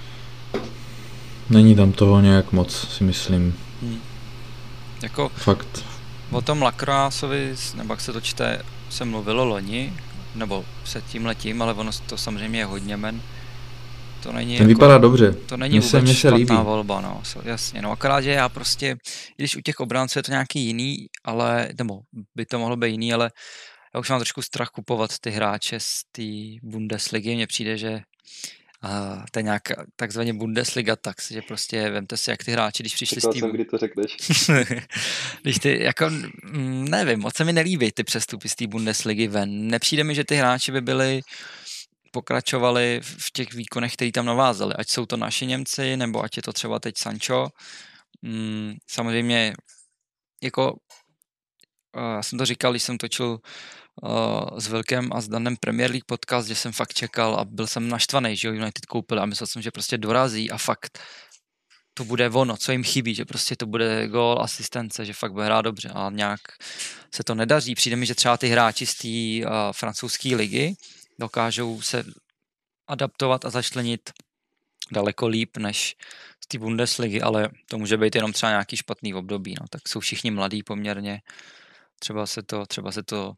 Není tam toho nějak moc, si myslím. Hmm. Jako Fakt. O tom Lacroixovi, nebo jak se to čte, se mluvilo loni, nebo se tím letím, ale ono to samozřejmě je hodně men. To není Ten jako, vypadá dobře. To není mně vůbec se, mně se špatná líbí. volba, no, jasně. No akorát, že já prostě, když u těch obránců je to nějaký jiný, ale, nebo by to mohlo být jiný, ale já už mám trošku strach kupovat ty hráče z té Bundesligy. Mně přijde, že uh, to je nějak takzvaně Bundesliga tax, že prostě vemte si, jak ty hráči, když přišli Čekal z jsem, týmu. kdy to řekneš. Když ty, jako, nevím, moc se mi nelíbí ty přestupy z té Bundesligy ven. Nepřijde mi, že ty hráči by byli, pokračovali v těch výkonech, který tam navázali. Ať jsou to naši Němci, nebo ať je to třeba teď Sancho. Mm, samozřejmě, jako, já jsem to říkal, když jsem točil uh, s Vilkem a s Danem Premier League podcast, že jsem fakt čekal a byl jsem naštvaný, že United koupil a myslel jsem, že prostě dorazí a fakt to bude ono, co jim chybí, že prostě to bude gól, asistence, že fakt bude hrát dobře a nějak se to nedaří. Přijde mi, že třeba ty hráči z té uh, francouzské ligy dokážou se adaptovat a začlenit daleko líp než z té Bundesligy, ale to může být jenom třeba nějaký špatný období, no, tak jsou všichni mladí poměrně, třeba se to, třeba se to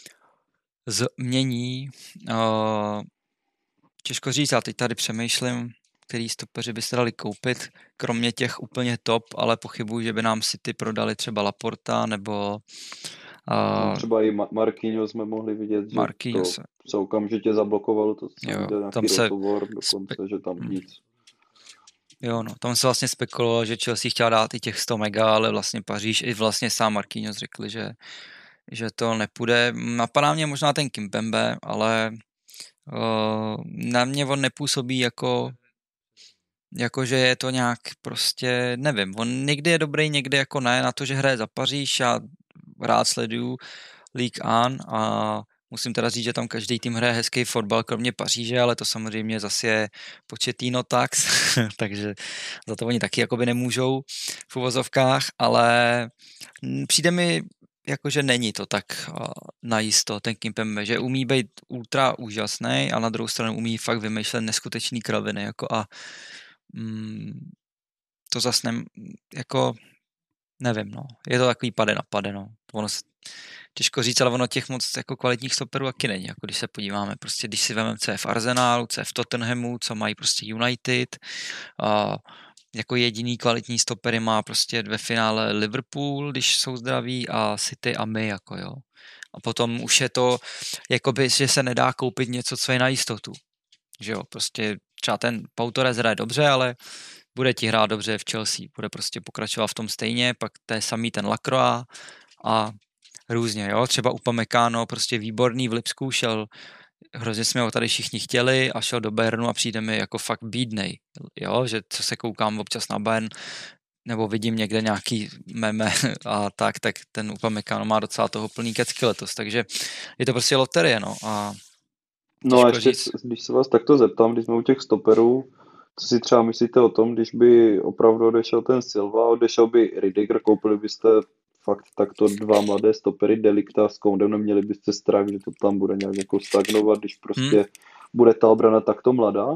změní. Uh, těžko říct, já teď tady přemýšlím, který stopeři by se dali koupit, kromě těch úplně top, ale pochybuji, že by nám City prodali třeba Laporta, nebo No, uh, třeba i Ma- Marquinhos jsme mohli vidět, že Marquinhos. to se okamžitě zablokovalo, to jsem Jo, viděl nějaký tam se rozhovor dokonce, spe- že tam Hmm. nic. Jo, no, tam se vlastně spekulovalo, že Chelsea chtěla dát i těch sto mega, ale vlastně Paříž i vlastně sám Marquinhos řekli, že, že to nepůjde. Napadá mě možná ten Kimpembe, ale uh, na mě on nepůsobí jako jakože je to nějak prostě, nevím, on někdy je dobrý, někdy jako ne, na to, že hraje za Paříž, já rád sleduju Ligue jedna a musím teda říct, že tam každý tým hraje hezký fotbal, kromě Paříže, ale to samozřejmě zase je Pochettino tax, takže za to oni taky jakoby nemůžou v uvozovkách, ale přijde mi, jakože není to tak uh, najisto, ten Kimpembe, že umí být ultra úžasný a na druhou stranu umí fakt vymýšlet neskutečný kraviny, jako a mm, to zase ne, jako nevím, no, je to takový pade na pade, no. Ono těžko říct, ale ono těch moc jako kvalitních stoperů taky není, jako když se podíváme, prostě když si vezmeme, co je v Arsenalu, co je v Tottenhamu, co mají prostě United, a jako jediný kvalitní stopery má prostě ve finále Liverpool, když jsou zdraví, a City a my, jako jo. A potom už je to, jakoby, že se nedá koupit něco, co je na jistotu. Že jo, prostě třeba ten Pau Torres hraje dobře, ale bude ti hrát dobře v Chelsea, bude prostě pokračovat v tom stejně, pak to je samý ten Lacroix a různě, jo, třeba Upamecano, prostě výborný v Lipsku, šel, hrozně jsme ho tady všichni chtěli a šel do Bayernu a přijde mi jako fakt bídnej, jo, že co se koukám občas na Bayern, nebo vidím někde nějaký meme a tak, tak ten Upamecano má docela toho plný kecky letos, takže je to prostě loterie, no a No a ještě, říct. Když se vás takto zeptám, když jsme u těch stoperů, co si třeba myslíte o tom, když by opravdu odešel ten Silva, odešel by Ridiger, koupili byste fakt takto dva mladé stopery, Delikta s Koundem, neměli byste strach, že to tam bude nějak jako stagnovat, když prostě hmm. bude ta obrana takto mladá?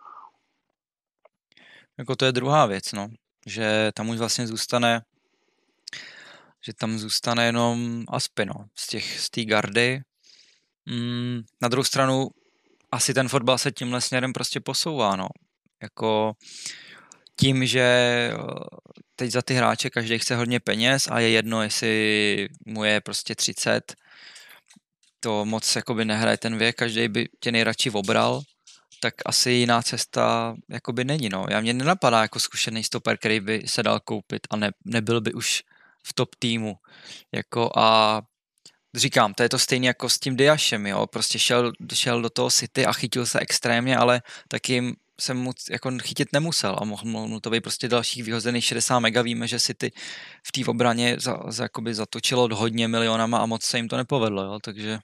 Jako to je druhá věc, no, že tam už vlastně zůstane, že tam zůstane jenom Aspi, no, z těch, z té gardy. Mm, na druhou stranu asi ten fotbal se tímhle směrem prostě posouvá, no. Jako tím, že teď za ty hráče každý chce hodně peněz a je jedno, jestli mu je prostě třicet, to moc jakoby nehraje ten věk, každý by tě nejradši obral, tak asi jiná cesta jakoby není, no. Já mě nenapadá jako zkušený stoper, který by se dal koupit a ne, nebyl by už v top týmu, jako a říkám, to je to stejné jako s tím Diašem, jo, prostě šel, šel do toho City a chytil se extrémně, ale taky jsem mu jako chytit nemusel a mohl mu to být prostě dalších vyhozených šedesát mega, víme, že City v té obraně za, za, jakoby zatočilo hodně milionama a moc se jim to nepovedlo, jo, takže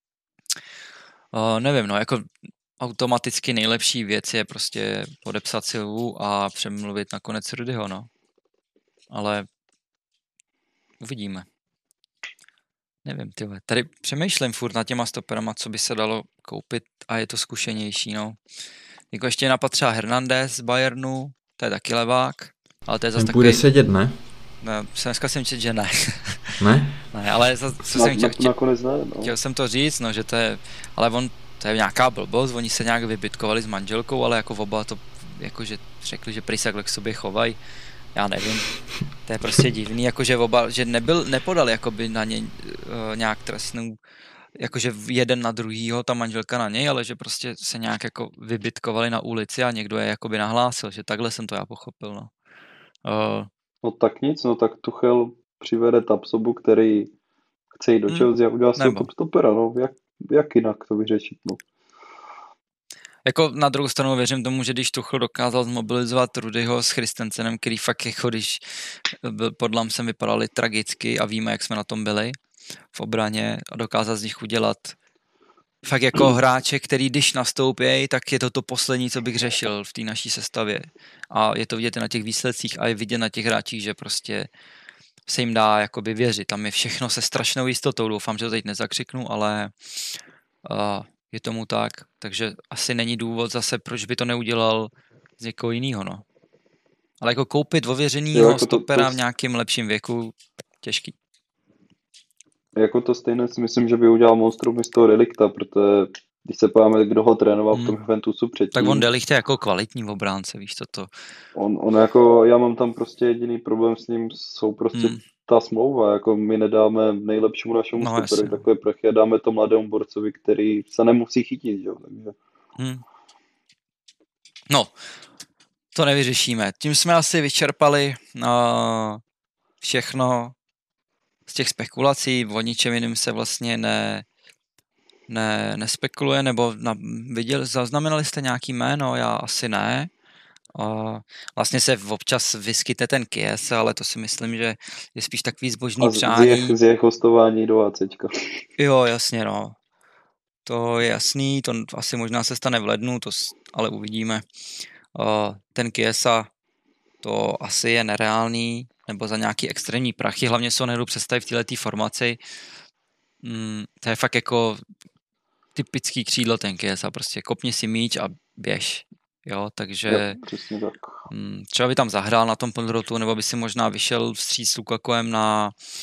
uh, nevím, no, jako automaticky nejlepší věc je prostě podepsat Silvu a přemluvit nakonec Rudyho, no, ale uvidíme. Nevím, tyhle. Tady přemýšlím furt nad těma stoperama, co by se dalo koupit a je to zkušenější, no. Jako ještě napatřila Hernandez z Bayernu, to je taky levák, ale to je zase takový... Bude sedět, ne? Ne, dneska jsem čet, že ne. Ne? Ne, ale zase, co na, jsem chtěl, na, nakonec ne, no. Chtěl jsem to říct, no, že to je, ale on, to je nějaká blbost, oni se nějak vybytkovali s manželkou, ale jako oba to, jakože řekli, že prý se k sobě chovají. Já nevím, to je prostě divný, jakože oba, že nebyl, nepodal jakoby na něj uh, nějak trestnou, jakože jeden na druhýho, ta manželka na něj, ale že prostě se nějak jako vybytkovali na ulici a někdo je jakoby nahlásil, že takhle jsem to já pochopil, no. Uh, no tak nic, no tak Tuchel přivede Tapsobu, který chce jít do hmm, Chelsea a udělá si top stopera, no, jak, jak jinak to vyřešit, no. Jako na druhou stranu věřím tomu, že když Tuchel dokázal zmobilizovat Rudyho s Christensenem, který fakt jako když pod Lamsem vypadali tragicky a víme, jak jsme na tom byli v obraně a dokázal z nich udělat fakt jako hráče, který když nastoupí, tak je to to poslední, co bych řešil v té naší sestavě. A je to vidět na těch výsledcích a je vidět na těch hráčích, že prostě se jim dá jakoby věřit. Tam je všechno se strašnou jistotou. Doufám, že to teď nezakřiknu, ale uh, je tomu tak. Takže asi není důvod zase, proč by to neudělal z někoho jiného, no. Ale jako koupit ověřenýho jako stopera to, to... v nějakém lepším věku, těžký. Jako to stejné si myslím, že by udělal monstrum z toho Delikta, protože když se podíváme, kdo ho trénoval hmm. v tom Juventusu předtím. Tak on Delikt je jako kvalitní v obránce, víš co to. On, on jako, já mám tam prostě jediný problém s ním, jsou prostě hmm. ta smlouva, jako my nedáme nejlepšímu našemu no, stoperu takové prachy a dáme to mladému borcovi, který se nemusí chytit, jo, takže. Hmm. No, to nevyřešíme. Tím jsme asi vyčerpali uh, všechno z těch spekulací, o ničem jiným se vlastně ne, ne, nespekuluje, nebo na, viděl, zaznamenali jste nějaký jméno? Já asi ne. Uh, vlastně se občas vyskytne ten Kies, ale to si myslím, že je spíš takový zbožný přání. Z jejich hostování do ACčka. Jo, jasně, no. To je jasný, to asi možná se stane v lednu, to ale uvidíme. Uh, ten Kiesa, to asi je nereálný, nebo za nějaký extrémní prachy, hlavně se ho nedu představit v této formaci. Mm, to je fakt jako typický křídlo ten Kiesa, prostě kopni si míč a běž. Jo, takže jo, tak. mm, třeba by tam zahrál na tom podrotu, nebo by si možná vyšel vstříc s Lukakuem na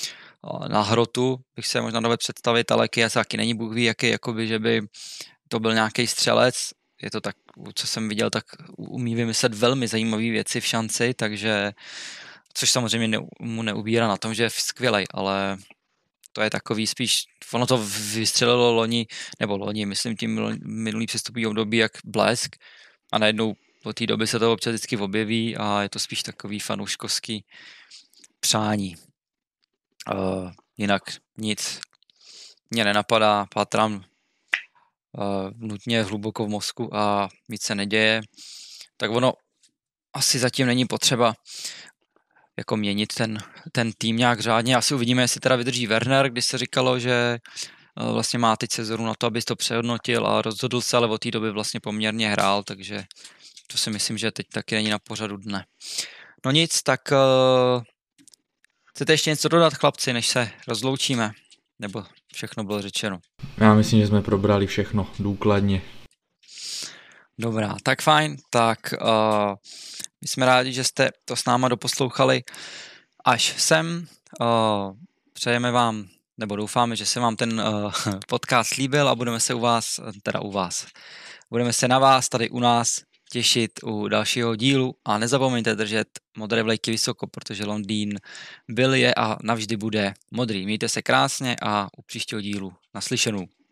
na hrotu, bych se možná dovedl představit, ale Kyes taky není bůh ví, jaký, jakoby, že by to byl nějaký střelec. Je to tak, co jsem viděl, tak umí vymyslet velmi zajímavé věci v šanci, takže, což samozřejmě ne, mu neubírá na tom, že je skvělej, ale to je takový spíš, ono to vystřelilo loni, nebo loni, myslím tím minulý přestupový období jak blesk a najednou po té době se to občas vždycky objeví a je to spíš takový fanouškovský přání. Uh, jinak nic mě nenapadá, pátrám uh, nutně hluboko v mozku a nic se neděje, tak ono asi zatím není potřeba jako měnit ten, ten tým nějak řádně. Asi uvidíme, jestli teda vydrží Werner, když se říkalo, že uh, vlastně má teď sezonu na to, aby to přehodnotil a rozhodl se, ale od té doby vlastně poměrně hrál, takže to si myslím, že teď taky není na pořadu dne. No nic, tak uh, chcete ještě něco dodat, chlapci, než se rozloučíme? Nebo všechno bylo řečeno? Já myslím, že jsme probrali všechno důkladně. Dobrá, tak fajn, tak uh, my jsme rádi, že jste to s náma doposlouchali až sem. Uh, přejeme vám, nebo doufáme, že se vám ten uh, podcast líbil a budeme se u vás, teda u vás, budeme se na vás tady u nás těšit u dalšího dílu a nezapomeňte držet modré vlajky vysoko, protože Londýn byl, je a navždy bude modrý. Mějte se krásně a u příštího dílu naslyšenou.